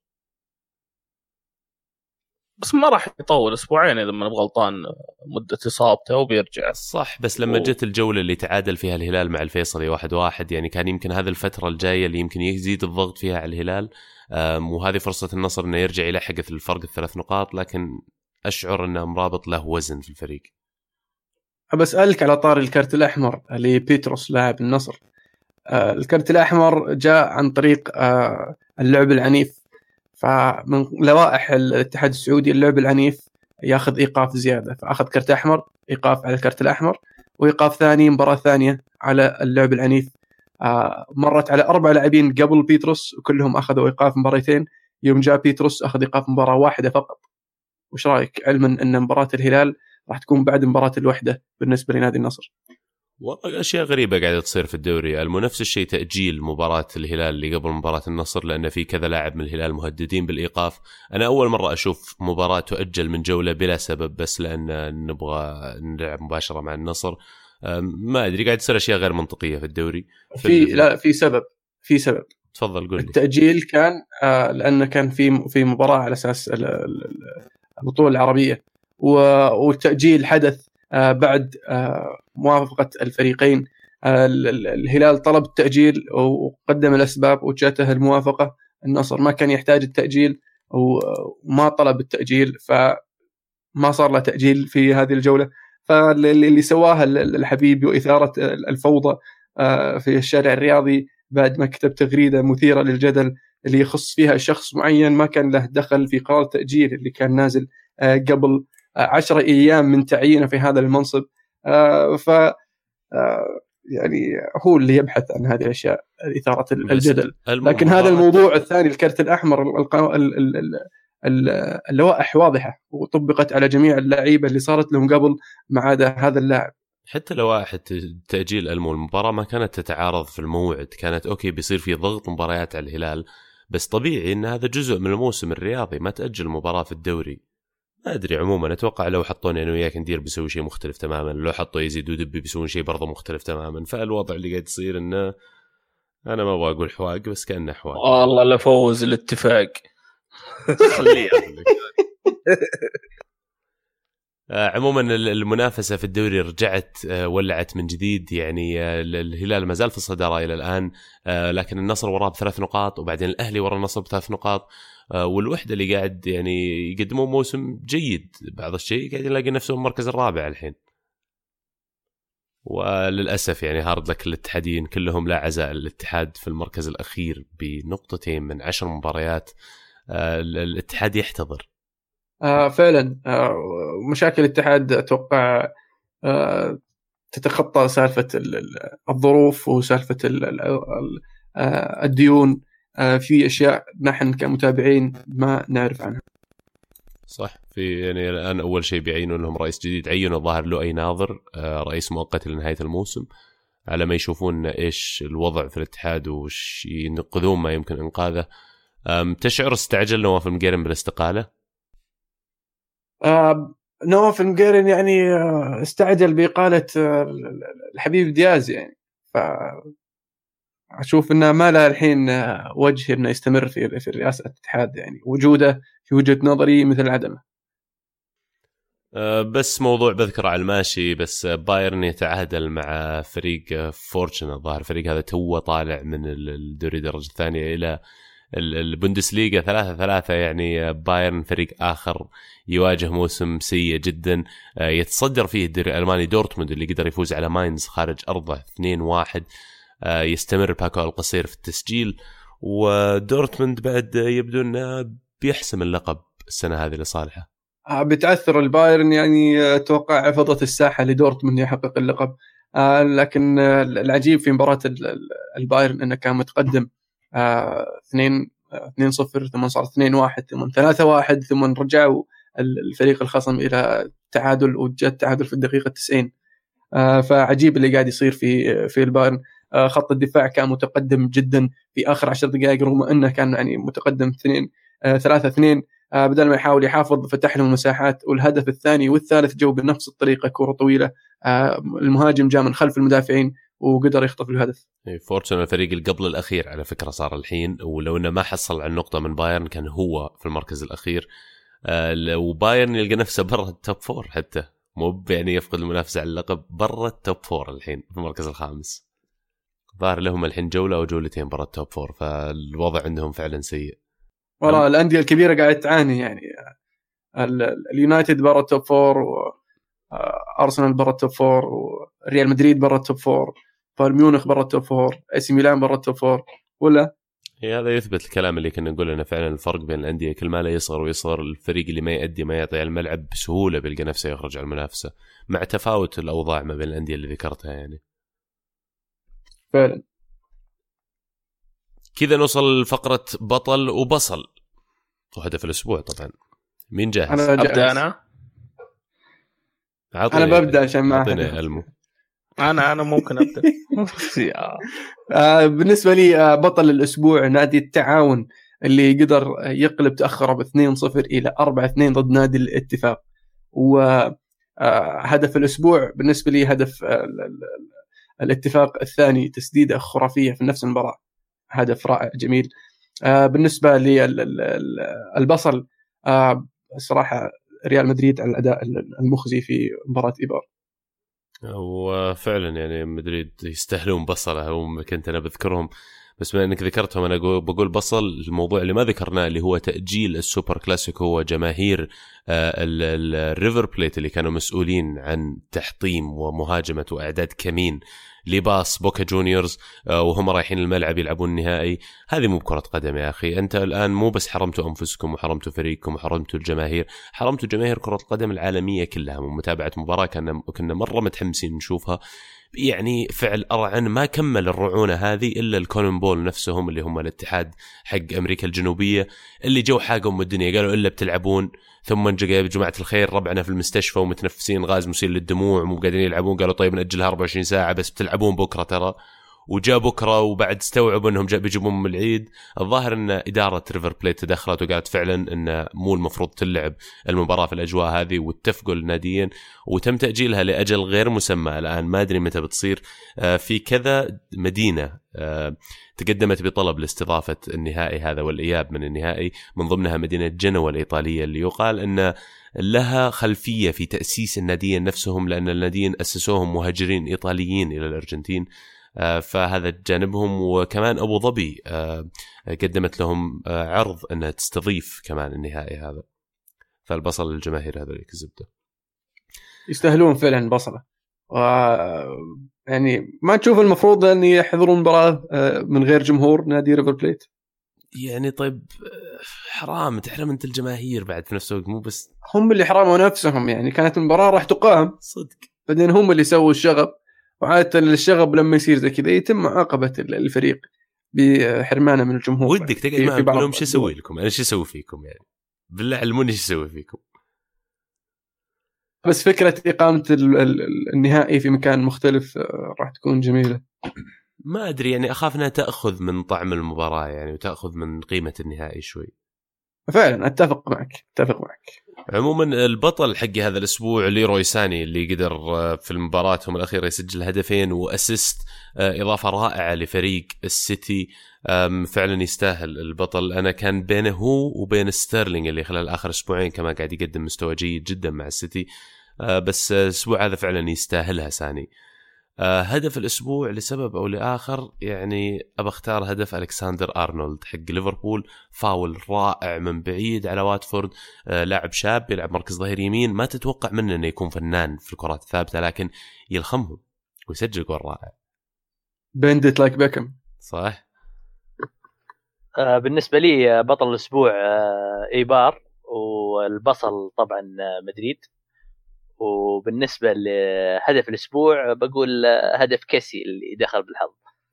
بس ما راح يطول أسبوعين إذا ما نبغى غلطان مدة إصابته وبيرجع. صح، بس لما جت الجولة اللي تعادل فيها الهلال مع الفيصلي واحد واحد، يعني كان يمكن هذه الفترة الجاية اللي يمكن يزيد الضغط فيها على الهلال، وهذه فرصة النصر إنه يرجع يلحق في الفرق الثلاث نقاط. لكن أشعر أن مرابط له وزن في الفريق. بسألك على طار الكارت الأحمر لبيتروس لاعب النصر. الكارت الأحمر جاء عن طريق اللعب العنيف، فمن لوائح الاتحاد السعودي اللعب العنيف ياخذ إيقاف زيادة، فأخذ كارت أحمر، إيقاف على الكارت الأحمر، وإيقاف ثاني مباراة ثانية على اللعب العنيف. آه مرت على أربع لاعبين قبل بيتروس وكلهم أخذوا إيقاف مباراتين. يوم جاء بيتروس أخذ إيقاف مباراة واحدة فقط. وش رأيك علما أن مباراة الهلال راح تكون بعد مباراة الوحدة بالنسبة لنادي النصر؟ والله أشياء غريبة قاعدة تصير في الدوري. المنافس الشيء تأجيل مباراة الهلال اللي قبل مباراة النصر، لأن في كذا لاعب من الهلال مهددين بالإيقاف. أنا أول مرة أشوف مباراة تؤجل من جولة بلا سبب، بس لأن نبغى نلعب مباشرة مع النصر. ما أدري، قاعد تصير أشياء غير منطقية في الدوري. في, في لا في سبب في سبب تفضل قول لي. التأجيل كان آه لأنه كان في في مباراة على أساس البطولة العربية، والتأجيل حدث آه بعد آه موافقة الفريقين. آه الهلال طلب التأجيل وقدم الأسباب وجاته الموافقة. النصر ما كان يحتاج التأجيل وما طلب التأجيل، فما صار له تأجيل في هذه الجولة. فاللي سواها الحبيبي وإثارة الفوضى في الشارع الرياضي بعد ما كتب تغريدة مثيرة للجدل اللي يخص فيها شخص معين ما كان له دخل في قرار التأجيل اللي كان نازل قبل عشرة أيام من تعيينه في هذا المنصب. ف يعني هو اللي يبحث عن هذه الأشياء، إثارة الجدل. لكن هذا الموضوع الثاني الكرت الأحمر، اللوائح واضحة وطبقت على جميع اللعيبة اللي صارت لهم قبل ما عدا هذا اللاعب. حتى لوائح تأجيل المباراة ما كانت تتعارض في الموعد، كانت أوكي بيصير في ضغط مباريات على الهلال، بس طبيعي إن هذا جزء من الموسم الرياضي، ما تأجل مباراة في الدوري. ما أدري، عموما أتوقع لو حطوني أنا وياك ندير بيسوي شيء مختلف تماما، لو حطوا يزيد ودبي بيسوون شيء برضه مختلف تماما. فالوضع اللي قاعد يصير إنه أنا ما أبغى أقول حواق بس كأنه حواق. والله لفوز الاتفاق خليه عموما المنافسة في الدوري رجعت ولعت من جديد. يعني الهلال ما زال في الصدارة إلى الآن، لكن النصر وراه بثلاث نقاط، وبعدين الأهلي ورا النصر بثلاث نقاط، والوحدة اللي قاعد يعني يقدمون موسم جيد بعض الشيء قاعد يلاقي نفسهم المركز الرابع الحين. وللأسف يعني هارد لك الاتحادين كلهم لا عزاء الاتحاد في المركز الأخير بنقطتين من عشر مباريات. الاتحاد يحتضر. آه فعلا. آه مشاكل الاتحاد أتوقع آه تتخطى سالفة الظروف وسالفة آه الديون. آه في أشياء نحن كمتابعين ما نعرف عنها. صح. في يعني الآن أول شيء بيعينوا لهم رئيس جديد، عينوا ظاهر له أي ناظر رئيس مؤقت لنهاية الموسم على ما يشوفون إيش الوضع في الاتحاد وش ينقذون ما يمكن إنقاذه. تشعر استعجل نواف المقيرن بالاستقالة؟ آه نواف المقيرن يعني استعجل بإقالة الحبيب دياز يعني، فأشوف إنه ما له الحين وجه إنه يستمر في في رئاسة الاتحاد، يعني وجوده في وجهة نظري مثل عدمه. أه بس موضوع بذكر على الماشي، بس بايرن يتعادل مع فريق فورتشن، الظاهر فريق هذا تو طالع من الدوري الدرجة الثانية إلى البوندسليغا ثلاثة ثلاثة. يعني بايرن فريق آخر يواجه موسم سيء جدا، يتصدر فيه الدوري الألماني دورتموند اللي قدر يفوز على ماينز خارج أرضه اثنين واحد. يستمر باكو القصير في التسجيل، ودورتموند بعد يبدو أنه بيحسم اللقب السنة هذه لصالحه. بتأثر البايرن يعني، أتوقع فضت الساحة لدورتموند يحقق اللقب، لكن العجيب في مباراة البايرن أنه كان متقدم اثنين اثنين صفر ثم صار اثنين واحد ثم ثلاثة واحد ثم رجعوا الفريق الخصم إلى تعادل، وجاء التعادل في الدقيقة تسعين. فعجيب اللي قاعد يصير في في البايرن. خط الدفاع كان متقدم جدا في آخر عشر دقائق رغم أنه كان يعني متقدم اثنين ثلاثة اثنين، بدل ما يحاول يحافظ فتح لهم مساحات. والهدف الثاني والثالث جو بنفس الطريقة، كرة طويلة المهاجم جاء من خلف المدافعين وقدر يخطف الهدف. فورتشن الفريق اللي قبل الأخير على فكرة صار الحين، ولو إنه ما حصل على النقطة من بايرن كان هو في المركز الأخير. آه وبايرن يلقى نفسه برا التوب فور، حتى مو يعني يفقد المنافسة على اللقب، برا التوب فور الحين في المركز الخامس. ظاهر لهم الحين جولة أو جولتين برا التوب فور، فالوضع عندهم فعلا سيء. والله الأندية الكبيرة قاعدة تعاني يعني، اليونايتد برا التوب فور، وأرسنال برا التوب فور، وريال مدريد برا التوب فور، بايرن ميونخ برا التوب فور، اي سي ميلان برا التوب فور. ولا هي هذا يثبت الكلام اللي كنا نقول، انه فعلا الفرق بين الانديه كل ما لا يصغر ويصغر، الفريق اللي ما يؤدي ما يعطي الملعب بسهوله بيلقى نفسه يخرج على المنافسه، مع تفاوت الاوضاع ما بين الانديه اللي ذكرتها يعني. فعلا. كذا نوصل لفقره بطل وبصل وهدف الاسبوع. طبعا مين جاهز؟ أنا جاهز. ابدا انا انا ببدا عشان ما اعطيني المو. انا انا ممكن ابدا. آه بالنسبه لي آه بطل الاسبوع نادي التعاون، اللي قدر يقلب تاخره ب اثنين صفر الى أربعة اثنين ضد نادي الاتفاق. وهدف الاسبوع بالنسبه لي هدف آه الاتفاق الثاني، تسديده خرافيه في نفس المباراه، هدف رائع جميل. آه بالنسبه لي البصل آه صراحه ريال مدريد على الاداء المخزي في مباراه ايبار. وفعلا يعني مدريد يستاهلون بصله، هم كنت انا بذكرهم بس بما انك ذكرتهم انا بقول بصل. الموضوع اللي ما ذكرناه اللي هو تاجيل السوبر كلاسيكو، هو جماهير الريفر بليت اللي كانوا مسؤولين عن تحطيم ومهاجمه واعداد كمين لباس بوكا جونيورز وهم رايحين الملعب يلعبون النهائي. هذه مو بكرة قدم يا أخي، أنت الآن مو بس حرمتوا أنفسكم وحرمتوا فريقكم وحرمتوا الجماهير، حرمتوا جماهير كرة القدم العالمية كلها من متابعة مباراة كنا كنا مرة متحمسين نشوفها. يعني فعل أرعن ما كمل الرعونة هذه إلا الكونن بول نفسهم اللي هم الاتحاد حق أمريكا الجنوبية، اللي جو حاجهم الدنيا قالوا إلا بتلعبون. ثم جاء جماعة الخير ربعنا في المستشفى ومتنفسين غاز مسيل للدموع ومو قادرين يلعبون، قالوا طيب نأجلها أربعة وعشرين ساعة بس بتلعبون بكرة ترى. وجاء بكرة وبعد استوعبوا أنهم جاء بيجيبون من العيد. الظاهر أن إدارة ريفر بليت تدخلت وقالت فعلا أن مو المفروض تلعب المباراة في الأجواء هذه، واتفقوا الناديين وتم تأجيلها لأجل غير مسمى. الآن ما أدري متى بتصير. في كذا مدينة تقدمت بطلب لاستضافة النهائي هذا والإياب من النهائي، من ضمنها مدينة جنوة الإيطالية اللي يقال أن لها خلفية في تأسيس الناديين نفسهم، لأن الناديين أسسوهم مهاجرين إيطاليين إلى الأرجنتين، فهذا جانبهم. وكمان أبو ظبي قدمت لهم عرض أنها تستضيف كمان النهائي هذا. فالبصل للجماهير هذا اللي كذبته، يستاهلون فعلا بصلة. و يعني ما تشوف المفروض أن يحضرون مباراة من غير جمهور نادي ريفر بليت؟ يعني طيب حرام تحرم أنت الجماهير بعد في نفس الوقت، مو بس هم اللي حرموا نفسهم. يعني كانت المباراة راح تقام صدق، بعدين هم اللي سووا الشغب. وعادة الشغب لما يصير زي كذا يتم معاقبة الفريق بحرمانه من الجمهور. ودك تقعد معهم كلهم شو اسوي لكم، انا شو اسوي فيكم يعني؟ بالله علموني ايش اسوي فيكم. بس فكره اقامه النهائي في مكان مختلف راح تكون جميله. ما ادري يعني اخاف انها تاخذ من طعم المباراه يعني وتاخذ من قيمه النهائي شوي. فعلا اتفق معك اتفق معك. عموما البطل حقي هذا الاسبوع ليروي ساني اللي قدر في المباراتهم الاخيره يسجل هدفين واسيست، اضافه رائعه لفريق السيتي، فعلا يستاهل البطل. انا كان بينه هو وبين ستيرلينج اللي خلال اخر اسبوعين كمان قاعد يقدم مستوى جيد جدا مع السيتي، بس الاسبوع هذا فعلا يستاهلها ساني. هدف الأسبوع لسبب أو لآخر يعني أبى أختار هدف ألكساندر أرنولد حق ليفربول، فاول رائع من بعيد على واتفورد، لاعب شاب يلعب مركز ظهير يمين، ما تتوقع منه أنه يكون فنان في الكرات الثابتة لكن يلخمهم ويسجل جول رائع. بندت لايك بيكم. صح. آه بالنسبة لي بطل الأسبوع آه إيبار، والبصل طبعا مدريد. وبالنسبة لهدف الأسبوع بقول هدف كيسي اللي دخل بالحظ.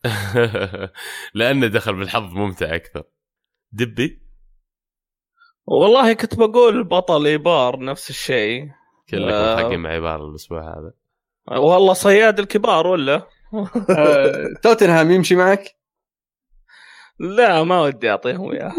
لأنه دخل بالحظ ممتع أكثر. دبي والله كنت بقول بطل إيبار نفس الشيء، كلكم آه حقين مع إيبار الأسبوع هذا. والله صياد الكبار ولا آه، توتنهام يمشي معك؟ لا ما ودي أعطيهم إياه.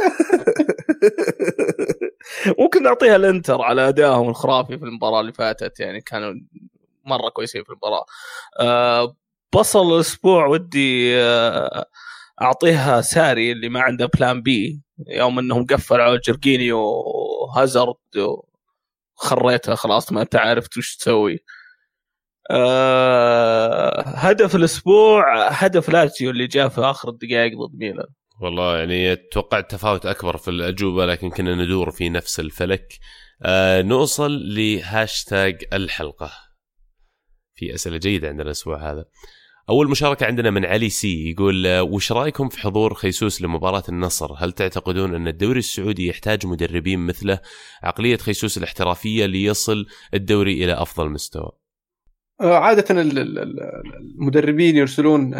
ممكن نعطيها الانتر على أدائهم الخرافي في المباراة اللي فاتت، يعني كانوا مرة كويسين في المباراة. أه بصل الأسبوع ودي أه أعطيها ساري اللي ما عنده بلان بي، يوم أنهم قفلوا على جورجينيو وهازارد وخريتها خلاص ما تعرف وش تسوي. أه هدف الأسبوع هدف لاتسيو اللي جاء في آخر الدقائق ضد ميلان. والله يعني توقعت تفاوت أكبر في الأجوبة لكن كنا ندور في نفس الفلك. آه نوصل لهاشتاج الحلقة. في أسئلة جيدة عندنا الأسبوع هذا. أول مشاركة عندنا من علي سي يقول وش رأيكم في حضور خيسوس لمباراة النصر؟ هل تعتقدون أن الدوري السعودي يحتاج مدربين مثله عقلية خيسوس الاحترافية ليصل الدوري إلى أفضل مستوى؟ عادة المدربين يرسلون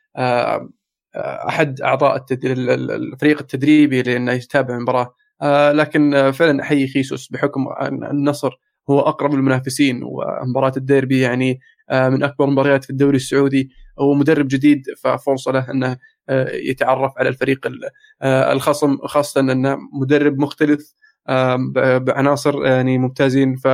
أحد أعضاء الفريق التدريبي لأنه يتابع المباراة، لكن فعلا أحيي خيسوس بحكم أن النصر هو أقرب المنافسين ومباراة الديربي يعني من أكبر المباريات في الدوري السعودي، ومدرب جديد ففرصة له أنه يتعرف على الفريق الخصم، خاصة أنه مدرب مختلف بعناصر يعني ممتازين، ف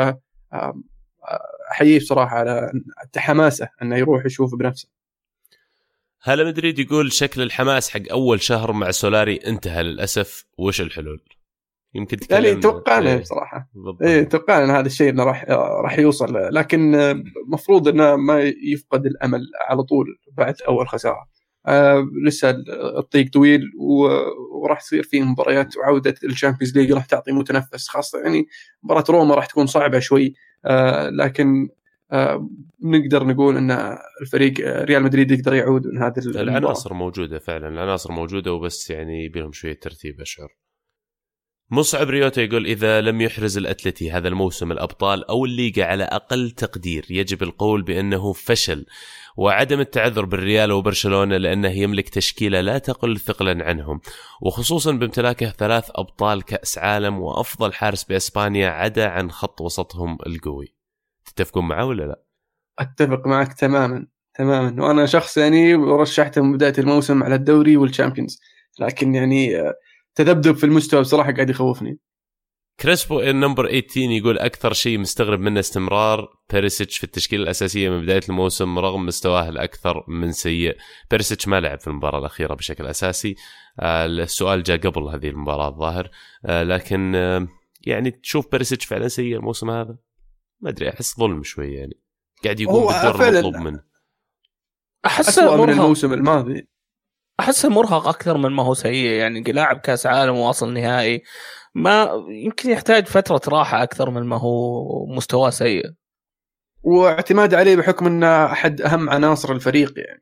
أحييه بصراحة على حماسه أنه يروح يشوف بنفسه. هلا مدريد يقول شكل الحماس حق أول شهر مع سولاري انتهى للأسف، وش الحلول؟ يمكن تكلم. يعني توقعنا إيه بصراحة إيه توقعنا أن هذا الشيء إنه راح راح يوصل، لكن مفروض إنه ما يفقد الأمل على طول بعد أول خسارة. آه لسه الطريق طويل وراح تصير فيه مباريات، وعودة الشامبيونز ليج راح تعطي متنفس، خاصة يعني مباراة روما راح تكون صعبة شوي، آه لكن آه نقدر نقول أن الفريق ريال مدريد يقدر يعود من هذه العناصر موجودة فعلا، العناصر موجودة وبس يعني بينهم شوية ترتيب أشعر. مصعب ريوتا يقول إذا لم يحرز الأتلتي هذا الموسم الأبطال أو الليغا على أقل تقدير يجب القول بأنه فشل، وعدم التعذر بالريال وبرشلونة لأنه يملك تشكيلة لا تقل ثقلا عنهم، وخصوصا بامتلاكه ثلاث أبطال كأس عالم وأفضل حارس بإسبانيا عدا عن خط وسطهم القوي. تتفقون معه ولا لا؟ أتفق معك تماما تماما، وأنا شخص يعني رشحته من بداية الموسم على الدوري والشامبيونز، لكن يعني تذبذب في المستوى بصراحة قاعد يخوفني. كريسبو النمبر ثمانية عشر يقول أكثر شيء مستغرب منه استمرار بيريسيتش في التشكيلة الأساسية من بداية الموسم رغم مستواه الأكثر من سيء. بيريسيتش ما لعب في المباراة الأخيرة بشكل أساسي، آه السؤال جاء قبل هذه المباراة الظاهر، آه لكن آه يعني تشوف بيريسيتش فعلا سيء الموسم هذا؟ ما أدري، أحس ظلم شوي يعني قاعد يقوم بالدور المطلوب منه. أحس من الموسم الماضي، أحسه مرهق أكثر من ما هو سيء، يعني لاعب كأس عالم وواصل نهائي، ما يمكن يحتاج فترة راحة أكثر من ما هو مستوى سيء، واعتماد عليه بحكم أنه أحد أهم عناصر الفريق يعني،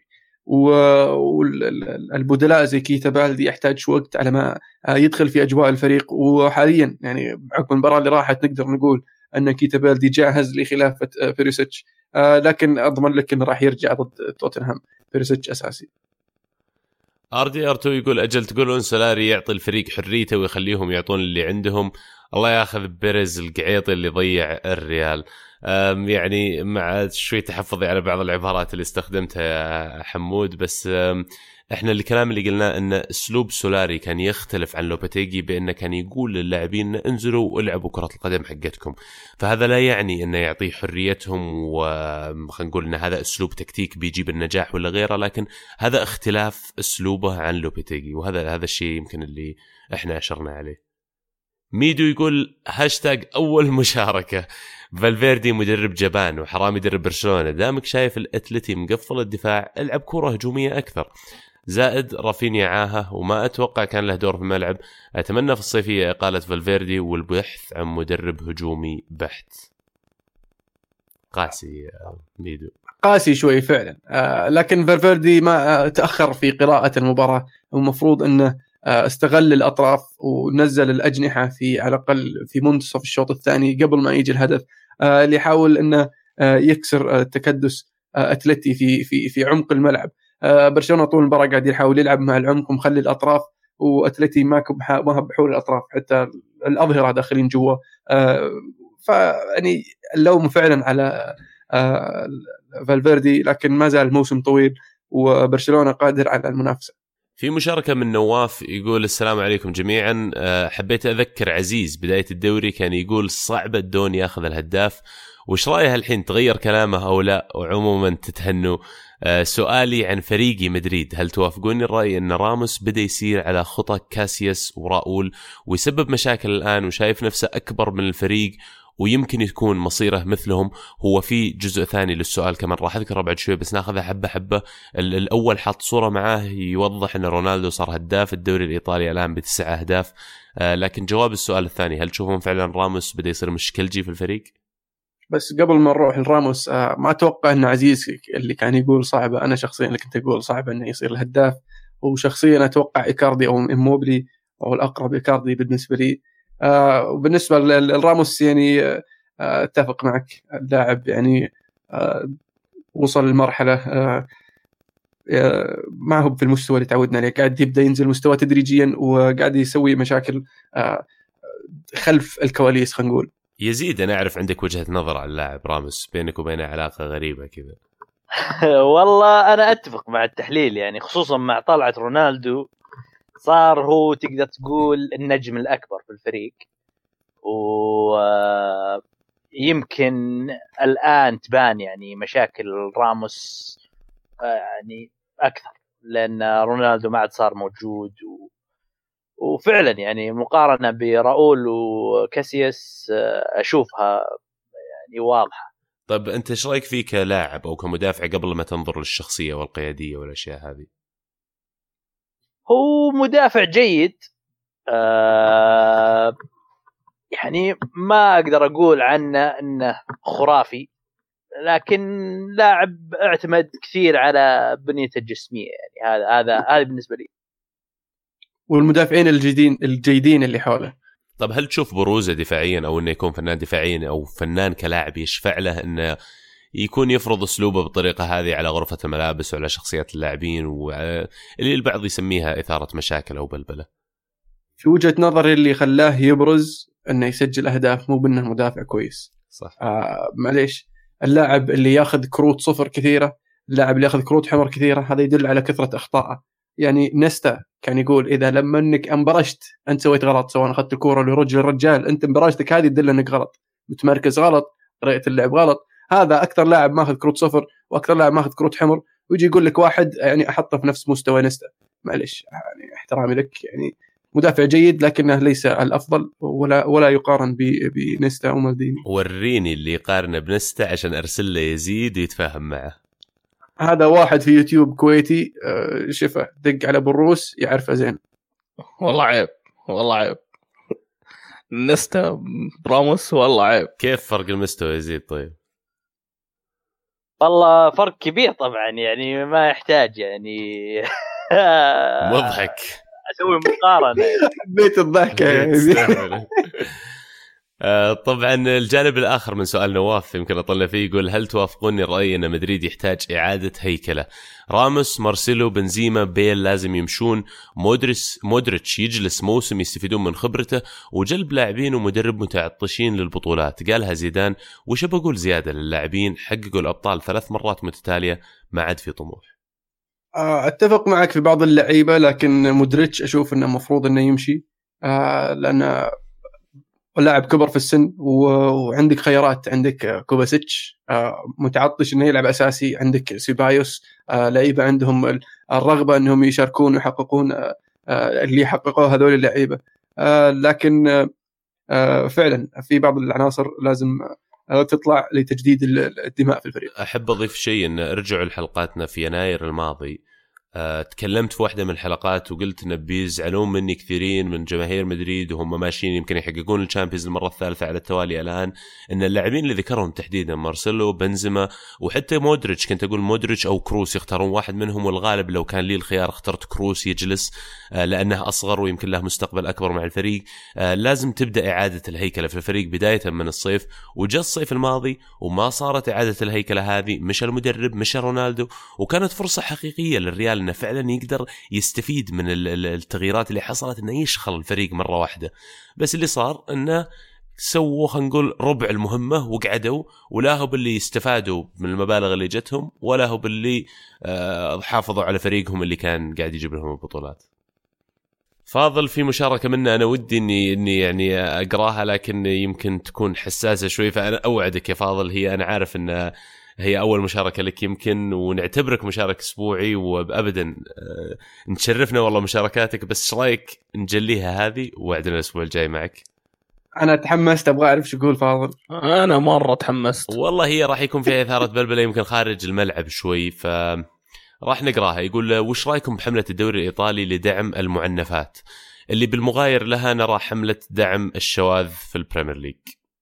والبدلاء زي كيتا بالدي يحتاج وقت على ما يدخل في أجواء الفريق، وحاليا يعني بحكم المباراة اللي راحت نقدر نقول أن كيتا بالدي جاهز لخلافة بيريسيتش، لكن أضمن لك أنه راح يرجع ضد توتنهام بيريسيتش أساسي. ار دي ار تو يقول اجل تقولون سولاري يعطي الفريق حريته ويخليهم يعطون اللي عندهم، الله ياخذ بيريز القعيطي اللي ضيع الريال. يعني مع شوي تحفظي على بعض العبارات اللي استخدمتها يا حمود، بس احنا الكلام اللي قلناه ان اسلوب سولاري كان يختلف عن لوبيتيجي بانه كان يقول للاعبين انزلوا والعبوا كرة القدم حقتكم، فهذا لا يعني انه يعطي حريتهم وخلينا نقول ان هذا اسلوب تكتيك بيجيب النجاح ولا غيره، لكن هذا اختلاف اسلوبه عن لوبيتيجي، وهذا هذا الشيء يمكن اللي احنا اشرنا عليه. ميدو يقول هاشتاج اول مشاركة فالفيردي مدرب جبان وحرام يدرب برشلونة، دامك شايف الاتلتي مقفل الدفاع العب كرة هجومية اكثر، زائد رافينيا عاهه وما أتوقع كان له دور في الملعب، أتمنى في الصيفية إقالة فالفيردي والبحث عن مدرب هجومي بحت. قاسي ميدو، قاسي شوي فعلا. آه لكن فالفيردي ما آه تأخر في قراءة المباراة، ومفروض أنه آه استغل الأطراف ونزل الأجنحة في على الأقل في منتصف الشوط الثاني قبل ما يجي الهدف، آه اللي يحاول أنه آه يكسر آه تكدس آه أتلتي في في في عمق الملعب. برشلونة طول المباراة قاعد يحاول يلعب مع العمق ومخلي الأطراف، وأتلتي ما ما بحول الأطراف، حتى الأظهرة داخلين جوا. فيعني اللوم فعلا على فالفيردي، لكن ما زال الموسم طويل وبرشلونة قادر على المنافسة. في مشاركة من نواف يقول السلام عليكم جميعا، حبيت أذكر عزيز بداية الدوري كان يقول صعب الدون ياخذ الهداف، وش رأيه الحين تغير كلامه أو لا؟ وعموما تتهنوا. سؤالي عن فريقي مدريد، هل توافقوني الرأي أن راموس بدأ يسير على خطى كاسياس وراؤول ويسبب مشاكل الآن وشايف نفسه أكبر من الفريق ويمكن يكون مصيره مثلهم؟ هو في جزء ثاني للسؤال كمان راح أذكره بعد شوي، بس ناخذها حبة حبة. الأول حط صورة معاه يوضح أن رونالدو صار هداف الدوري الإيطالي الآن بتسع أهداف، لكن جواب السؤال الثاني، هل تشوفون فعلا راموس بدأ يصير مشكلجي في الفريق؟ بس قبل ما نروح لراموس، ما أتوقع أن عزيز اللي كان يقول صعبة، أنا شخصيا اللي كنت أقول صعبة أنه يصير الهداف، وشخصيا أتوقع إيكاردي أو إموبلي أو الأقرب إيكاردي بالنسبة لي. آه وبالنسبة للراموس يعني آه أتفق معك، اللاعب يعني آه وصل لمرحلة آه ما هو في المستوى اللي تعودنا عليه، قاعد يبدأ ينزل مستوى تدريجيا وقاعد يسوي مشاكل آه خلف الكواليس. خلينا نقول يزيد، أنا أعرف عندك وجهة نظر على اللاعب راموس، بينك وبينه علاقة غريبة كذا. والله أنا أتفق مع التحليل، يعني خصوصا مع طلعة رونالدو صار هو تقدر تقول النجم الأكبر في الفريق، ويمكن الآن تبان يعني مشاكل راموس يعني أكثر، لأن رونالدو ما عاد صار موجود و... وفعلا يعني مقارنة براؤول وكاسياس أشوفها يعني واضحة. طيب أنت إيش رأيك فيه كلاعب أو كمدافع قبل ما تنظر للشخصية والقيادية والأشياء هذه؟ هو مدافع جيد، آه يعني ما أقدر أقول عنه أنه خرافي، لكن لاعب اعتمد كثير على بنيته الجسمية، يعني هذا هذا هذا بالنسبة لي. والمدافعين الجيدين الجيدين اللي حوله. طب هل تشوف بروزه دفاعيا او انه يكون فنان دفاعيا او فنان كلاعب يشفع له انه يكون يفرض اسلوبه بالطريقه هذه على غرفه الملابس وعلى شخصيات اللاعبين، واللي البعض يسميها اثاره مشاكل او بلبله؟ في وجهه نظري اللي خلاه يبرز انه يسجل اهداف، مو بانه مدافع كويس. صح. آه معليش، اللاعب اللي ياخذ كروت صفر كثيره، اللاعب اللي ياخذ كروت حمر كثيره، هذا يدل على كثره اخطائه. يعني نستا كان يقول إذا لما أنك انبرشت أنت سويت غلط، سواء أخذت الكورة لرجل الرجال، أنت انبرشتك هذه تدل أنك غلط، متمركز غلط، طريقة اللعب غلط. هذا أكثر لاعب ماخذ كروت صفر وأكثر لاعب ماخذ كروت حمر، ويجي يقول لك واحد يعني أحطه في نفس مستوى نستا. معلش يعني احترامي لك، يعني مدافع جيد لكنه ليس الأفضل ولا ولا يقارن بنستا أو مالديني. وريني اللي يقارنه بنستا عشان أرسل له يزيد ويتفاهم معه. هذا واحد في يوتيوب كويتي شفه دق على بروس يعرفه زين. والله عيب، والله عيب. نستا براموس والله عيب. كيف فرق المستوى يزيد؟ طيب والله فرق كبير طبعا، يعني ما يحتاج يعني مضحك اسوي مقارنه. حبيت الضحكه يعني. طبعا الجانب الآخر من سؤال نواف يمكن أطلع فيه، يقول هل توافقوني الرأي أن مدريد يحتاج إعادة هيكلة؟ راموس، مارسيلو، بنزيما، بيل لازم يمشون، مودريس مودريتش يجلس موسم يستفيدون من خبرته، وجلب لاعبين ومدرب متعطشين للبطولات. قالها زيدان، وش بقول زيادة للاعبين حققوا الأبطال ثلاث مرات متتالية ما عاد في طموح. أتفق معك في بعض اللعيبة، لكن مودريتش أشوف أنه مفروض أنه يمشي، لأن لاعب كبر في السن، وعندك خيارات، عندك كوفاسيتش متعطش انه يلعب اساسي، عندك سيبايوس، لعيبه عندهم الرغبه انهم يشاركون ويحققون اللي يحققوه هذول اللعيبه، لكن فعلا في بعض العناصر لازم تطلع لتجديد الدماء في الفريق. احب اضيف شيء، ان ارجعوا لحلقاتنا في يناير الماضي، أه، تكلمت في واحدة من الحلقات وقلت إن بيزعلون مني كثيرين من جماهير مدريد وهم ماشيين يمكن يحققون الشامبيونز المرة الثالثة على التوالي الآن، إن اللاعبين اللي ذكرهم تحديدا مارسيلو، بنزيما، وحتى مودريتش، كنت أقول مودريتش أو كروس يختارون واحد منهم، والغالب لو كان لي الخيار اخترت كروس يجلس أه لأنه أصغر ويمكن له مستقبل أكبر مع الفريق. أه لازم تبدأ إعادة الهيكلة في الفريق بداية من الصيف، وجاء الصيف الماضي وما صارت إعادة الهيكلة هذه، مش المدرب مش رونالدو، وكانت فرصة حقيقية للريال إنه فعلا يقدر يستفيد من التغييرات اللي حصلت، انه يشخل الفريق مره واحده. بس اللي صار انه سووا خلينا نقول ربع المهمه وقعدوا، ولا هو باللي استفادوا من المبالغ اللي جتهم، ولا هو باللي آه حافظوا على فريقهم اللي كان قاعد يجيب لهم البطولات. فاضل في مشاركه منا، انا ودي اني اني يعني اقراها، لكن يمكن تكون حساسه شوي، فانا اوعدك يا فاضل، هي انا عارف ان هي أول مشاركة لك يمكن، ونعتبرك مشارك أسبوعي، وأبدا نشرفنا والله مشاركاتك، بس إيش رأيك نجليها هذه ووعدنا الأسبوع الجاي معك؟ أنا تحمست، أبغى أعرف شو يقول فاضل. أنا مرة تحمست والله. هي راح يكون فيها إثارة بلبلة يمكن خارج الملعب شوي، فراح نقراها. يقول وش رأيكم بحملة الدوري الإيطالي لدعم المعنفات اللي بالمغاير لها نرى حملة دعم الشواذ في البريمير ليج؟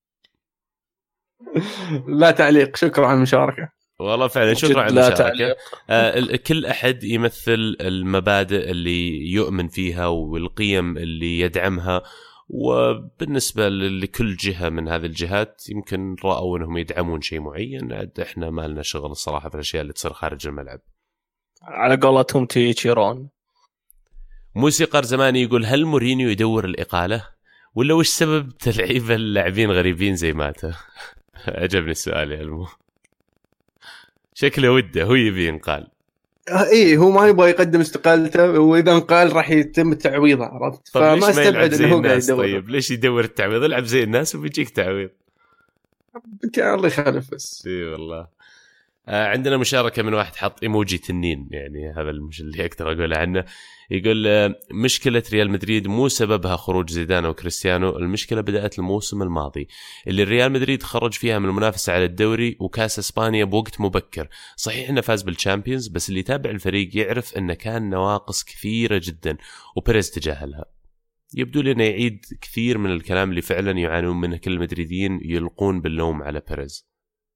لا تعليق، شكرا على المشاركة. والله فعلا شكرا على المشاركة. آه كل أحد يمثل المبادئ اللي يؤمن فيها والقيم اللي يدعمها، وبالنسبة لكل جهة من هذه الجهات يمكن رأوا أنهم يدعمون شيء معين، عاد إحنا ما لنا شغل الصراحة في الأشياء اللي تصير خارج الملعب. على قولتهم تيشيرون. موسيقار زماني يقول هل مورينيو يدور الإقالة ولا وش سبب تلعيب اللاعبين غريبين زي ماته؟ عجبني السؤال يا المو، شكله وده هو يبي ينقال. ايه هو ما يبغى يقدم استقالته، واذا انقال راح يتم تعويضه، عرفت؟ فما استبعد انه هو قاعد يدور. طيب ليش يدور التعويض؟ العب زي الناس وبيجيك تعويض. الله يخالف بس. اي والله. آه عندنا مشاركة من واحد حط ايموجي تنين، يعني هذا المش اللي اقدر اقول عنه. يقول آه مشكلة ريال مدريد مو سببها خروج زيدان وكريستيانو، المشكلة بدأت الموسم الماضي اللي الريال مدريد خرج فيها من المنافسة على الدوري وكاس اسبانيا بوقت مبكر. صحيح انه فاز بالشامبيونز، بس اللي يتابع الفريق يعرف انه كان نواقص كثيرة جدا وبيريز تجاهلها. يبدو لنا يعيد كثير من الكلام اللي فعلا يعانون منه كل المدريديين، يلقون باللوم على بيريز.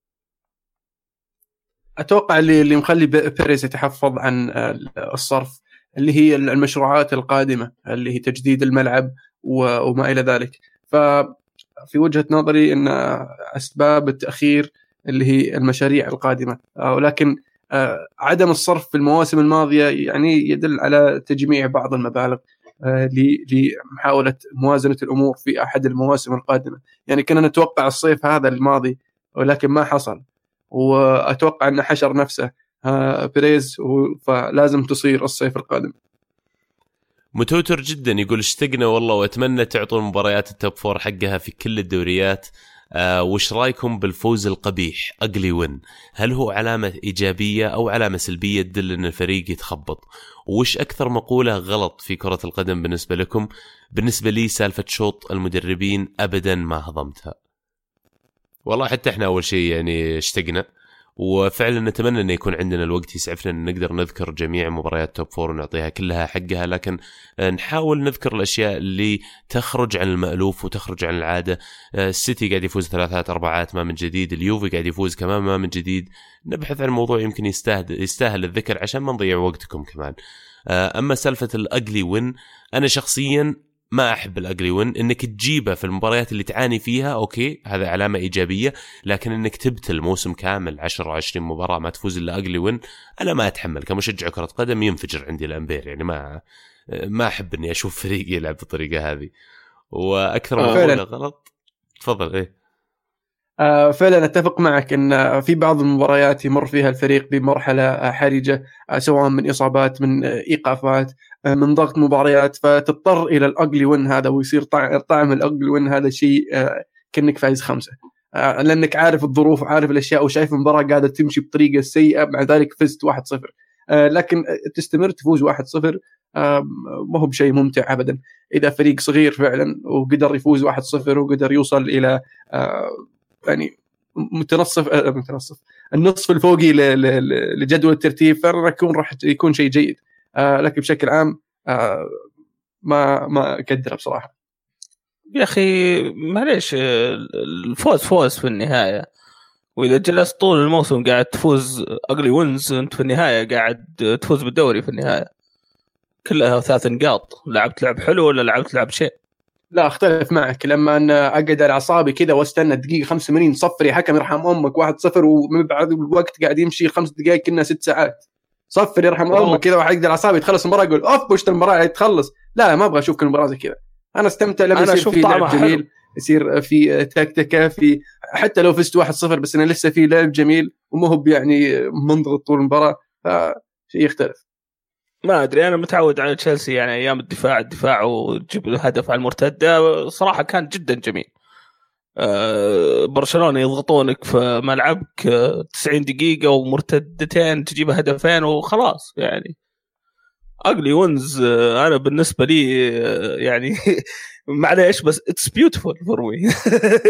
أتوقع اللي اللي مخلي بيريز يتحفظ عن الصرف اللي هي المشروعات القادمة اللي هي تجديد الملعب وما إلى ذلك. ففي وجهة نظري أن أسباب التأخير اللي هي المشاريع القادمة، ولكن عدم الصرف في المواسم الماضية يعني يدل على تجميع بعض المبالغ لمحاولة موازنة الأمور في أحد المواسم القادمة. يعني كنا نتوقع الصيف هذا الماضي ولكن ما حصل، وأتوقع أن حشر نفسه بيريز، فلازم تصير الصيف القادم. متوتر جدا يقول اشتقنا والله، وأتمنى تعطوا المباريات التوب فور حقها في كل الدوريات. آه وش رايكم بالفوز القبيح أقلي وين؟ هل هو علامة إيجابية أو علامة سلبية تدل أن الفريق يتخبط؟ وش أكثر مقولة غلط في كرة القدم بالنسبة لكم؟ بالنسبة لي سالفة شوط المدربين أبدا ما هضمتها. والله حتى احنا أول شيء يعني اشتقنا، وفعلا نتمنى أن يكون عندنا الوقت يسعفنا أن نقدر نذكر جميع مباريات توب فور ونعطيها كلها حقها، لكن نحاول نذكر الأشياء اللي تخرج عن المألوف وتخرج عن العادة. السيتي قاعد يفوز ثلاثات أربعات ما من جديد، اليوفي قاعد يفوز كمان ما من جديد. نبحث عن موضوع يمكن يستاهل, يستاهل الذكر عشان ما نضيع وقتكم كمان. أما سالفة الأقلي وين، أنا شخصيا ما أحب الأقلي وين. إنك تجيبه في المباريات اللي تعاني فيها أوكي هذا علامة إيجابية، لكن إنك تبتل موسم كامل عشرة عشرين مباراة ما تفوز إلا أقلي وين، أنا ما أتحمل. كمشجع كرة قدم ينفجر عندي الأمبير، يعني ما ما أحب إني أشوف فريق يلعب بالطريقة هذه. وأكثر من فعلا غلط. تفضل. إيه آه فعلا أتفق معك أن في بعض المباريات يمر فيها الفريق بمرحلة حرجة، آه سواء من إصابات، من إيقافات، آه من ضغط مباريات، فتضطر إلى الأقلي وين هذا، ويصير طعم الأقلي وين هذا شيء آه كأنك فايز خمسة، آه لأنك عارف الظروف وعارف الأشياء وشايف المباراة قاعدة تمشي بطريقة سيئة، مع ذلك فزت واحد صفر. آه لكن تستمر تفوز واحد صفر آه ما هو بشيء ممتع أبدا. إذا فريق صغير فعلا وقدر يفوز واحد صفر وقدر يوصل إلى آه يعني متنصف متنصف النصف الفوقي لجدول الترتيب، فراح راح يكون شيء جيد. آه لكن بشكل عام آه ما ما أقدر بصراحة. يا أخي معليش، الفوز فوز في النهاية، وإذا جلست طول الموسم قاعد تفوز أقلي وينز، أنت في النهاية قاعد تفوز بالدوري في النهاية كلها ثلاث نقاط. لعبت لعب حلو ولا لعبت لعب شيء؟ لا أختلف معك. لما أنا أقعد على أعصابي كذا واستنى دقيقة خمسة وثمانين صفر يا حكم يرحم أمك واحد صفر، ومن بعد الوقت قاعد يمشي خمس دقائق كنا ست ساعات، صفر يرحم أمك كذا، واحد يقدر على أعصابي تخلص المباراة يقول أوف وش المباراة تخلص. لا ما أبغى أشوف كل مباراة زي كذا. أنا استمتع لما يصير في لعب جميل حلو. يصير في تكتيكة، في حتى لو فزت واحد صفر بس أنا لسه في لعب جميل وما هو يعني منضغط طول المباراة، فشيء يختلف. ما أدري، أنا متعود على تشيلسي يعني أيام الدفاع الدفاع وتجيب له هدف على المرتدة، صراحة كان جدا جميل. أه برشلونة يضغطونك في ملعبك تسعين دقيقة ومرتدتين تجيب هدفين وخلاص يعني. أقلي وينز أنا بالنسبة لي يعني معليش بس it's beautiful for me.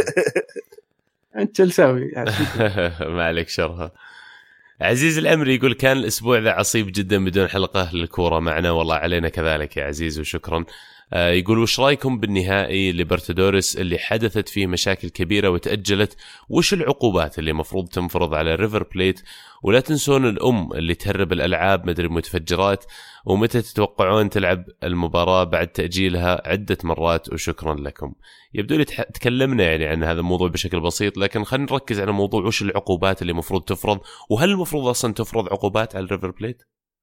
أنت تشيلساوي ما عليك شرها. عزيز الأمري يقول كان الأسبوع ذا عصيب جدا بدون حلقة للكورة معنا، والله علينا كذلك يا عزيز وشكرا. آه يقول وش رأيكم بالنهائي ليبرتادوريس اللي حدثت فيه مشاكل كبيرة وتأجلت؟ وش العقوبات اللي مفروض تنفرض على ريفر بليت؟ ولا تنسون الأم اللي تهرب الألعاب مدري متفجرات. ومتى تتوقعون تلعب المباراة بعد تأجيلها عدة مرات؟ وشكرا لكم. يبدو لي تكلمنا يعني عن هذا الموضوع بشكل بسيط، لكن خلينا نركز على موضوع وش العقوبات اللي مفروض تفرض، وهل المفروض أصلا تفرض عقوبات على ريفر بليت؟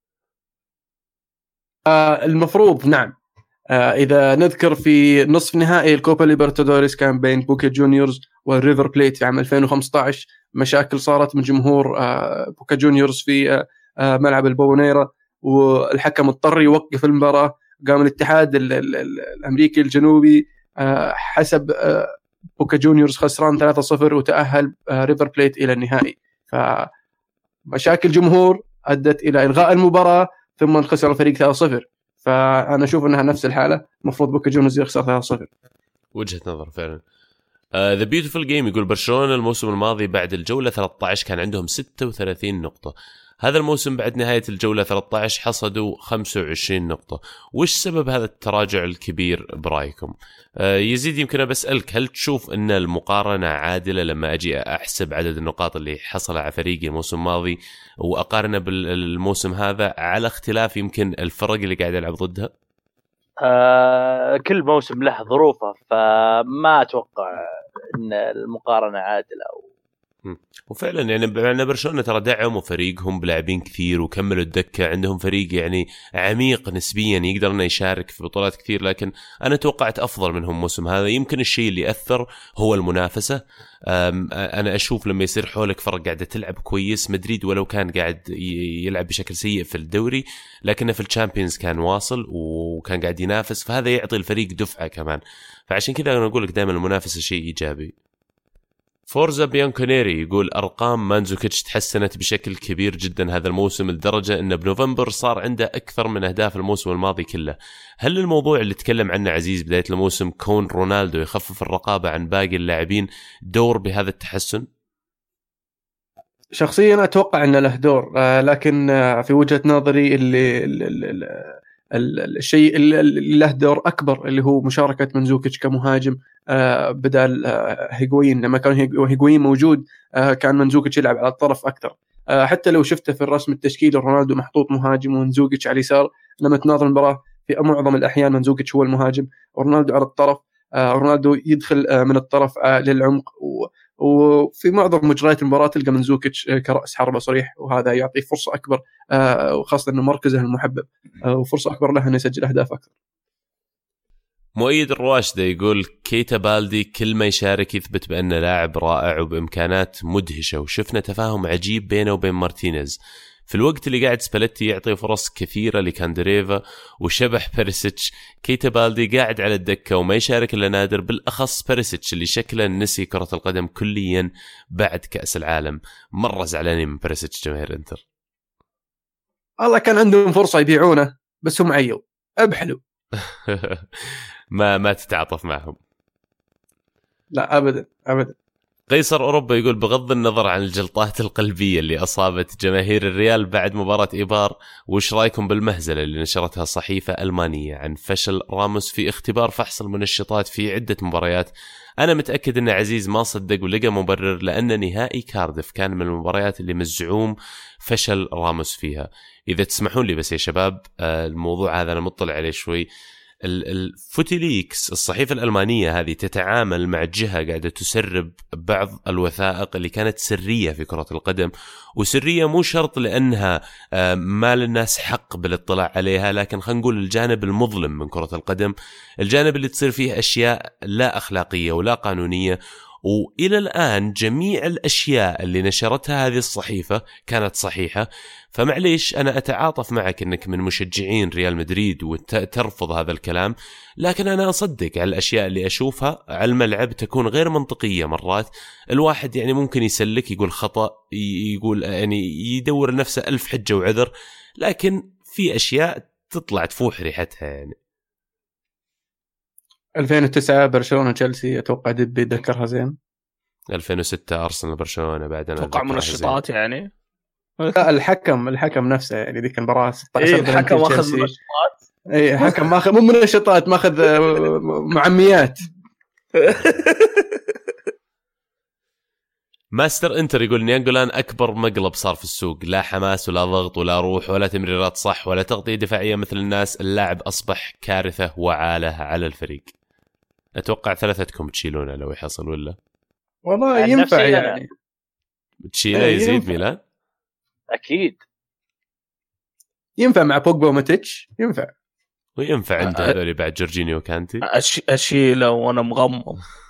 آه المفروض نعم. آه إذا نذكر في نصف نهائي الكوبا ليبرتادوريس كان بين بوكا جونيورز والريفر بليت في عام ألفين وخمسة عشر، مشاكل صارت من جمهور آه بوكا جونيورز في آه آه ملعب البونيرا، والحكم اضطر يوقف المباراة. قام الاتحاد ال ال ال الأمريكي الجنوبي آه حسب آه بوكا جونيورز خسران ثلاثة صفر وتأهل آه ريفر بليت إلى النهائي. فمشاكل جمهور أدت إلى إلغاء المباراة، ثم خسر الفريق ثلاثة صفر. فأنا أشوف أنها نفس الحالة، مفروض بوكا جونيورز يخسر ثلاثة صفر. وجهة نظر فعلا. ذا بيوتيفول جيم يقول برشلونة الموسم الماضي بعد الجولة ثلاثة عشر كان عندهم ستة وثلاثين نقطة، هذا الموسم بعد نهاية الجولة ثلاثة عشر حصدوا خمسة وعشرين نقطة. وش سبب هذا التراجع الكبير برأيكم؟ آه يزيد يمكن بسألك، هل تشوف أن المقارنة عادلة لما أجي أحسب عدد النقاط اللي حصل على فريقي الموسم الماضي وأقارنه بالموسم هذا على اختلاف يمكن الفرق اللي قاعد يلعب ضدها؟ آه كل موسم له ظروفه، فما أتوقع أن المقارنة عادلة أو وفعلا يعني برشلونة ترى دعموا فريقهم بلاعبين كثير وكملوا الدكة، عندهم فريق يعني عميق نسبيا يقدر انه يشارك في بطولات كثير، لكن انا توقعت افضل منهم الموسم هذا. يمكن الشيء اللي اثر هو المنافسة. انا اشوف لما يصير حولك فرق قاعدة تلعب كويس، مدريد ولو كان قاعد يلعب بشكل سيء في الدوري لكنه في الشامبيونز كان واصل وكان قاعد ينافس، فهذا يعطي الفريق دفعة كمان. فعشان كذا انا اقول لك دائما المنافسة شيء ايجابي. فورزا بيانكونيري يقول أرقام مانزوكيتش تحسنت بشكل كبير جدا هذا الموسم لدرجة أن بنوفمبر صار عنده أكثر من أهداف الموسم الماضي كله. هل الموضوع اللي تكلم عنه عزيز بداية الموسم كون رونالدو يخفف الرقابة عن باقي اللاعبين دور بهذا التحسن؟ شخصيا أتوقع أن له دور، لكن في وجهة نظري اللي, اللي, اللي الشيء اللي له دور أكبر اللي هو مشاركة منزوكيتش كمهاجم آه بدل آه هيغوين. لما كان هيغوين موجود آه كان منزوكيتش يلعب على الطرف أكثر. آه حتى لو شفته في الرسم التشكيلي رونالدو محطوط مهاجم ومنزوكيتش على اليسار، لما تناظر المباراة في معظم الأحيان مانزوكيتش هو المهاجم ورونالدو على الطرف، رونالدو يدخل من الطرف للعمق، وفي معظم مجريات المباراة تلقى مانزوكيتش كرأس حربة صريح، وهذا يعطي فرصة أكبر وخاصة أنه مركزه المحبب وفرصة أكبر له أن يسجل أهداف أكثر. مؤيد الرواشدة يقول كيتا بالدي كل ما يشارك يثبت بأنه لاعب رائع وبإمكانات مدهشة، وشفنا تفاهم عجيب بينه وبين مارتينيز في الوقت اللي قاعد سباليتي يعطي فرص كثيرة لكاندريفا وشبح بيريسيتش. كيتا بالدي قاعد على الدكة وما يشارك إلا نادر، بالأخص بيريسيتش اللي شكله نسي كرة القدم كليا بعد كأس العالم. مرة زعلانين من بيريسيتش جماهير انتر. الله كان عندهم فرصة يبيعونه بس هم عيوا أبحلوا. ما ما تتعاطف معهم؟ لا أبدا أبدا. قيصر أوروبا يقول بغض النظر عن الجلطات القلبية اللي أصابت جماهير الريال بعد مباراة إيبار، وش رأيكم بالمهزلة اللي نشرتها صحيفة ألمانية عن فشل راموس في اختبار فحص المنشطات في عدة مباريات؟ أنا متأكد أن عزيز ما صدق ولقى مبرر، لأن نهائي كاردف كان من المباريات اللي مزعوم فشل راموس فيها. إذا تسمحون لي بس يا شباب، الموضوع هذا أنا مطلع عليه شوي. الفوتيليكس الصحيفة الألمانية هذه تتعامل مع جهة قاعدة تسرب بعض الوثائق اللي كانت سرية في كرة القدم، وسرية مو شرط لأنها ما للناس حق بالاطلاع عليها، لكن خلينا نقول الجانب المظلم من كرة القدم، الجانب اللي تصير فيه أشياء لا أخلاقية ولا قانونية. وإلى الآن جميع الأشياء اللي نشرتها هذه الصحيفة كانت صحيحة. فمعليش أنا أتعاطف معك أنك من مشجعين ريال مدريد وترفض هذا الكلام، لكن أنا أصدق على الأشياء اللي أشوفها على الملعب تكون غير منطقية. مرات الواحد يعني ممكن يسلك يقول خطأ، يقول يعني يدور نفسه ألف حجة وعذر، لكن في أشياء تطلع تفوح ريحتها. يعني ألفين وتسعة برشلونة تشيلسي أتوقع دب يذكرها زين. ألفين وستة أرسنال برشلونة بعدنا أتوقع منشطات يعني. لا الحكم الحكم نفسه يعني ذيك المباراة ستة عشر إيه الحكم أخذ منشطات. إيه حكم ماخذ مو منشطات ماخذ معميات. ماستر انتر يقول نيانجولان أكبر مقلب صار في السوق، لا حماس ولا ضغط ولا روح ولا تمريرات صح ولا تغطية دفاعية مثل الناس. اللاعب أصبح كارثة وعالة على الفريق. أتوقع ثلاثتكم تشيلونه لو يحصل ولا؟ والله ينفع يعني تشيله يزيد ميلان أكيد ينفع مع بوجبا وماتيتش ينفع، وينفع عند هذول بعد جورجينيو كانتي أشيله وأنا مغمض.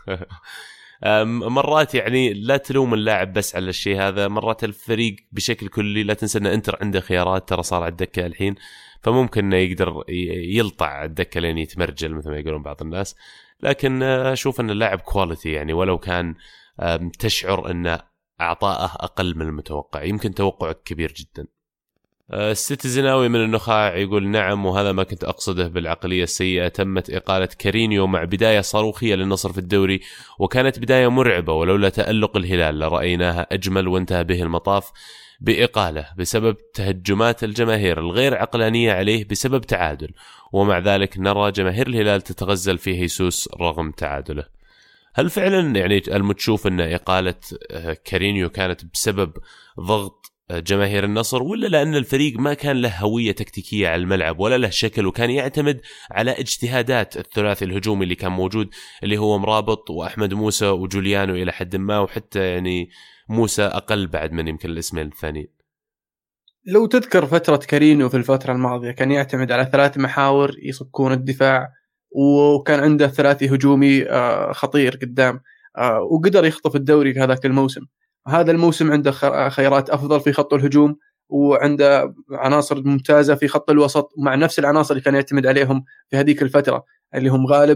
مرات يعني لا تلوم اللاعب بس على الشيء هذا، مرات الفريق بشكل كلي. لا تنسى أن انتر عنده خيارات، ترى صار على الدكة الحين، فممكن انه يقدر يلطع الدكة لين يتمرجل مثل ما يقولون بعض الناس. لكن أشوف أن اللاعب كواليتي يعني، ولو كان تشعر أن أعطاءه أقل من المتوقع، يمكن توقعك كبير جدا. السيتيزناوي من النخاع يقول نعم، وهذا ما كنت أقصده بالعقلية السيئة. تمت إقالة كارينيو مع بداية صاروخية للنصر في الدوري، وكانت بداية مرعبة، ولولا تألق الهلال لرأيناها أجمل وانتهى به المطاف بإقالة بسبب تهجمات الجماهير الغير عقلانية عليه بسبب تعادل، ومع ذلك نرى جماهير الهلال تتغزل في هيسوس رغم تعادله. هل فعلا يعني المتشوف أن إقالة كارينيو كانت بسبب ضغط جماهير النصر، ولا لأن الفريق ما كان له هوية تكتيكية على الملعب ولا له شكل، وكان يعتمد على اجتهادات الثلاثي الهجومي اللي كان موجود اللي هو مرابط وأحمد موسى وجوليانو إلى حد ما، وحتى يعني موسى أقل بعد من يمكن الاسمين الثانيين؟ لو تذكر فترة كارينيو في الفترة الماضية كان يعتمد على ثلاث محاور يصكون الدفاع، وكان عنده ثلاثي هجومي خطير قدام، وقدر يخطف الدوري في هذاك الموسم. هذا الموسم عنده خيارات أفضل في خط الهجوم، وعنده عناصر ممتازة في خط الوسط، مع نفس العناصر اللي كان يعتمد عليهم في هذيك الفترة اللي هم غالب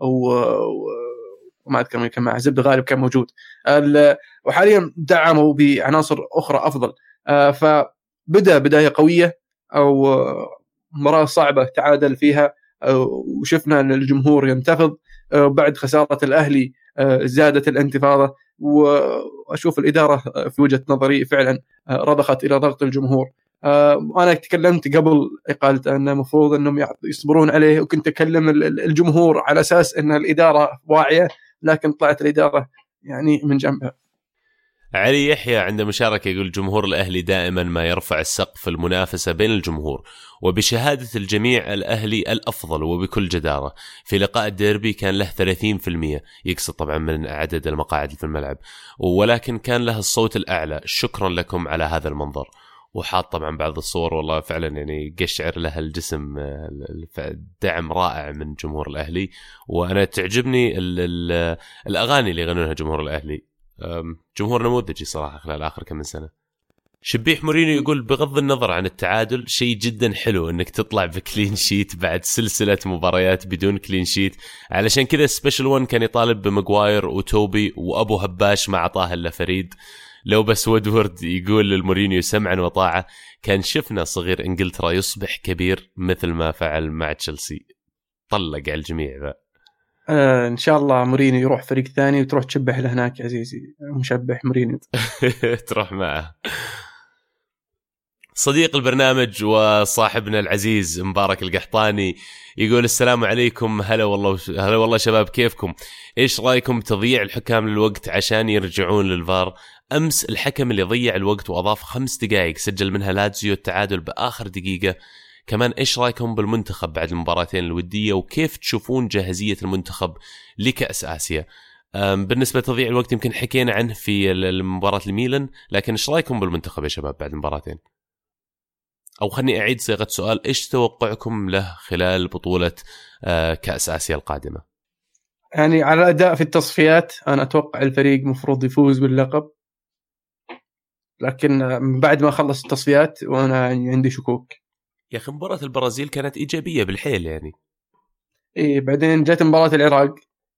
وما أذكر من كان مع زبد غالب كان موجود، وحاليا دعموا بعناصر أخرى أفضل. فبدأ بداية قوية أو مباراة صعبة تعادل فيها، وشفنا أن الجمهور ينتفض. بعد خسارة الأهلي زادت الانتفاضة، وأشوف الإدارة في وجهة نظري فعلا رضخت إلى ضغط الجمهور. أنا تكلمت قبل إقالته أنه مفروض أنهم يصبرون عليه، وكنت أكلم الجمهور على أساس أن الإدارة واعية، لكن طلعت الإدارة يعني من جنبها. علي يحيى عنده مشاركة يقول جمهور الأهلي دائما ما يرفع السقف المنافسة بين الجمهور، وبشهادة الجميع الأهلي الأفضل وبكل جدارة. في لقاء الديربي كان له ثلاثين بالمئة، يقصد طبعا من عدد المقاعد في الملعب، ولكن كان له الصوت الأعلى. شكرا لكم على هذا المنظر. وحاط طبعا بعض الصور والله فعلا يعني قشعر لها الجسم، دعم رائع من جمهور الأهلي. وأنا تعجبني ال ال الأغاني اللي يغنونها جمهور الأهلي، جمهور نموذجي صراحة خلال آخر كم من سنة. شبيح مورينيو يقول بغض النظر عن التعادل شيء جدا حلو انك تطلع بكلين شيت بعد سلسلة مباريات بدون كلين شيت، علشان كذا سبيشل ون كان يطالب بمغواير وتوبي وابو هباش ما عطاه الا فريد. لو بس وودورد يقول للمورينيو سمعا وطاعة كان شفنا صغير انجلترا يصبح كبير مثل ما فعل مع تشيلسي. طلق على الجميع ذا. آه ان شاء الله مورينيو يروح فريق ثاني وتروح تشبح له هناك عزيزي، مشبح مورينيو تروح معه. صديق البرنامج وصاحبنا العزيز مبارك القحطاني يقول السلام عليكم، هلا والله هلا والله شباب، كيفكم؟ ايش رايكم بتضييع الحكام للوقت عشان يرجعون للفار؟ امس الحكم اللي ضيع الوقت واضاف خمس دقائق سجل منها لاتزيو التعادل باخر دقيقه. كمان ايش رايكم بالمنتخب بعد المباراتين الوديه، وكيف تشوفون جاهزيه المنتخب لكأس آسيا؟ بالنسبه لتضييع الوقت يمكن حكينا عنه في المباراه الميلان، لكن ايش رايكم بالمنتخب يا شباب بعد المباراتين؟ أو خلني أعيد صيغة سؤال، إيش توقعكم له خلال بطولة كأس آسيا القادمة؟ يعني على أداء في التصفيات أنا أتوقع الفريق مفروض يفوز باللقب، لكن بعد ما خلص التصفيات وأنا عندي شكوك. يا أخي مباراة البرازيل كانت إيجابية بالحيل يعني. إيه بعدين جت مباراة العراق،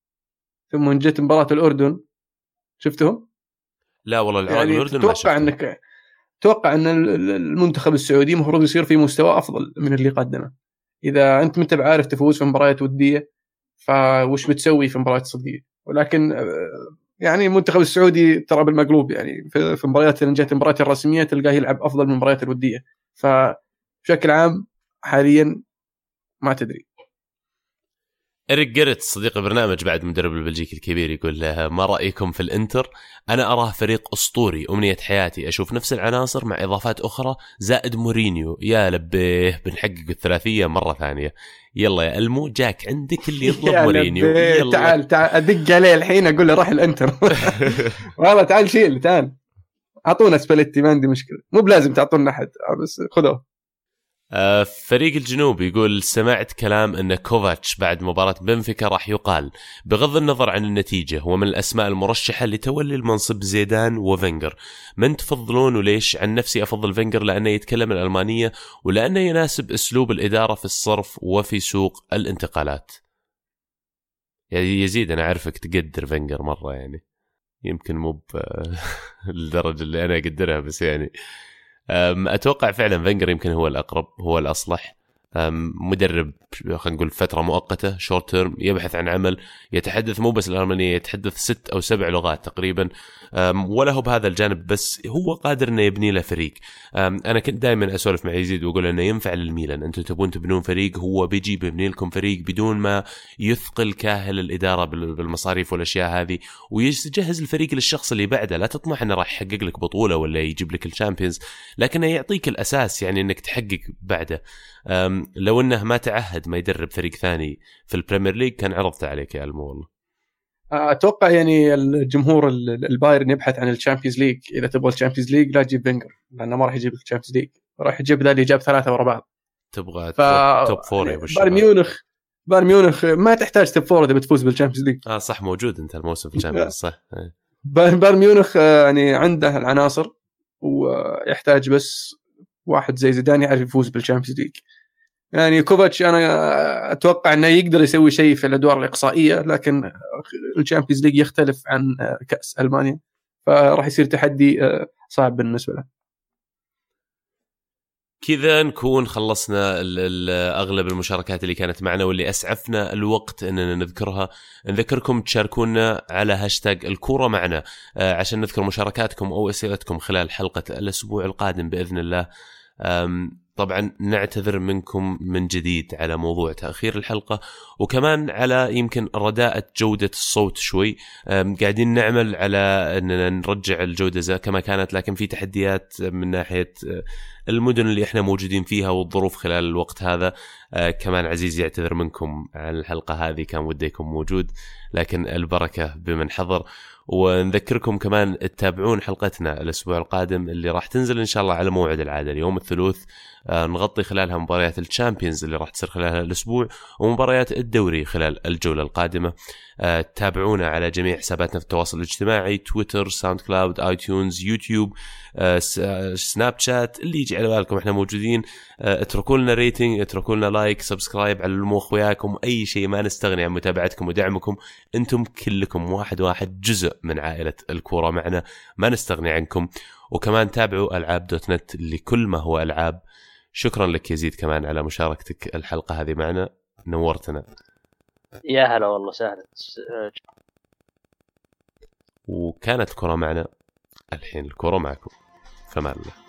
ثم جت مباراة الأردن، شفتهم؟ لا والله العراق يعني الأردن ما شفتهم. أنك توقع أن المنتخب السعودي مفروض يصير في مستوى أفضل من اللي قدمه. إذا أنت متى بعارف تفوز في مباريات ودية فوش بتسوي في مباريات صديقية؟ ولكن يعني المنتخب السعودي ترى بالمقلوب، يعني في مباريات اللي جت المباريات الرسمية تلقاه يلعب أفضل من المباريات الودية. فبشكل عام حاليا ما تدري. إريك جيرت صديق البرنامج بعد مدرب البلجيكي الكبير يقول له ما رأيكم في الإنتر؟ أنا أراه فريق أسطوري، أمنية حياتي أشوف نفس العناصر مع إضافات أخرى زائد مورينيو. يا لبيه بنحقق الثلاثية مرة ثانية. يلا يا ألمو جاك عندك اللي يطلب مورينيو. يلا. تعال تعال أدق عليه الحين أقول له روح الإنتر. والله تعال شيل تعال أعطونا سباليتي ما عندي مشكلة، مو بلازم تعطونا أحد بس خذوه. فريق الجنوب يقول سمعت كلام أن كوفاتش بعد مباراة بنفيكا راح يقال بغض النظر عن النتيجة هو من الأسماء المرشحة لتولي المنصب زيدان وفنجر. من تفضلون وليش؟ عن نفسي أفضل فنجر لأنه يتكلم الألمانية ولأنه يناسب أسلوب الإدارة في الصرف وفي سوق الانتقالات. يعني يزيد أنا أعرفك تقدر فنجر مرة، يعني يمكن مو بالدرجة اللي أنا أقدرها بس يعني أتوقع فعلا فنجر يمكن هو الأقرب هو الأصلح. مدرب خلينا نقول فترة مؤقتة شورت تيرم، يبحث عن عمل، يتحدث مو بس الألمانية، يتحدث ست أو سبع لغات تقريبا، وله بهذا الجانب بس هو قادر إنه يبني له فريق. أنا كنت دائما أسولف مع يزيد وأقول إنه ينفع للميلان، أنتم تبون تبنون فريق هو بيجي بيبني لكم فريق بدون ما يثقل كاهل الإدارة بالمصاريف والأشياء هذه، ويجهز الفريق للشخص اللي بعده. لا تطمح إنه راح يحقق لك بطولة ولا يجيب لك الشامبيونز، لكنه يعطيك الأساس يعني إنك تحقق بعده. لو انه ما تعهد ما يدرب فريق ثاني في البريمير ليج كان عرضت عليك يا المو. والله اتوقع يعني الجمهور البايرن يبحث عن الشامبيونز ليج. اذا تبغى الشامبيونز ليج لا تجيب فينجر لانه ما راح يجيب لك الشامبيونز ليج، راح يجيب ذا اللي جاب ثلاثه ورا بعض. تبغى ف... توب فور يا ابو بايرن ميونخ بايرن ميونخ ما تحتاج توب فور اذا بتفوز بالشامبيونز ليج. اه صح موجود انت الموسم في الشامبيونز صح. بايرن ميونخ يعني عنده العناصر ويحتاج بس واحد زي زيدان يعرف يفوز بالشامبيونز ليج. يعني كوفاتش أنا أتوقع أنه يقدر يسوي شيء في الأدوار الإقصائية، لكن الشامبيونز ليج يختلف عن كأس ألمانيا، فراح يصير تحدي صعب بالنسبة له. كذا نكون خلصنا أغلب المشاركات اللي كانت معنا واللي أسعفنا الوقت أننا نذكرها. نذكركم تشاركونا على هاشتاج الكورة معنا عشان نذكر مشاركاتكم أو أسئلتكم خلال حلقة الأسبوع القادم بإذن الله. طبعا نعتذر منكم من جديد على موضوع تأخير الحلقة، وكمان على يمكن رداءة جودة الصوت شوي. قاعدين نعمل على أننا نرجع الجودة زي كما كانت، لكن في تحديات من ناحية المدن اللي احنا موجودين فيها والظروف خلال الوقت هذا. كمان عزيز يعتذر منكم عن الحلقة هذه، كان ودي يكون موجود لكن البركة بمن حضر. ونذكركم كمان تتابعون حلقتنا الأسبوع القادم اللي راح تنزل إن شاء الله على موعد العادة يوم الثلاث، نغطي خلالها مباريات الشامبيونز اللي راح تصير خلال الأسبوع ومباريات الدوري خلال الجولة القادمة. تابعونا على جميع حساباتنا في التواصل الاجتماعي، تويتر، ساوند كلاود، آي تيونز، يوتيوب، سناب شات، اللي يجي على بالكم احنا موجودين. اتركوا لنا ريتنج، اتركوا لنا لايك، سبسكرايب، علموا اخوياكم، اي شيء. ما نستغني عن متابعتكم ودعمكم، انتم كلكم واحد واحد جزء من عائلة الكورة معنا، ما نستغني عنكم. وكمان تابعوا ألعاب دوت نت لكل ما هو ألعاب. شكرا لك يزيد كمان على مشاركتك الحلقة هذه معنا، نورتنا. يا هلا والله سهلة. وكانت الكرة معنا، الحين الكرة معكم. فمان الله.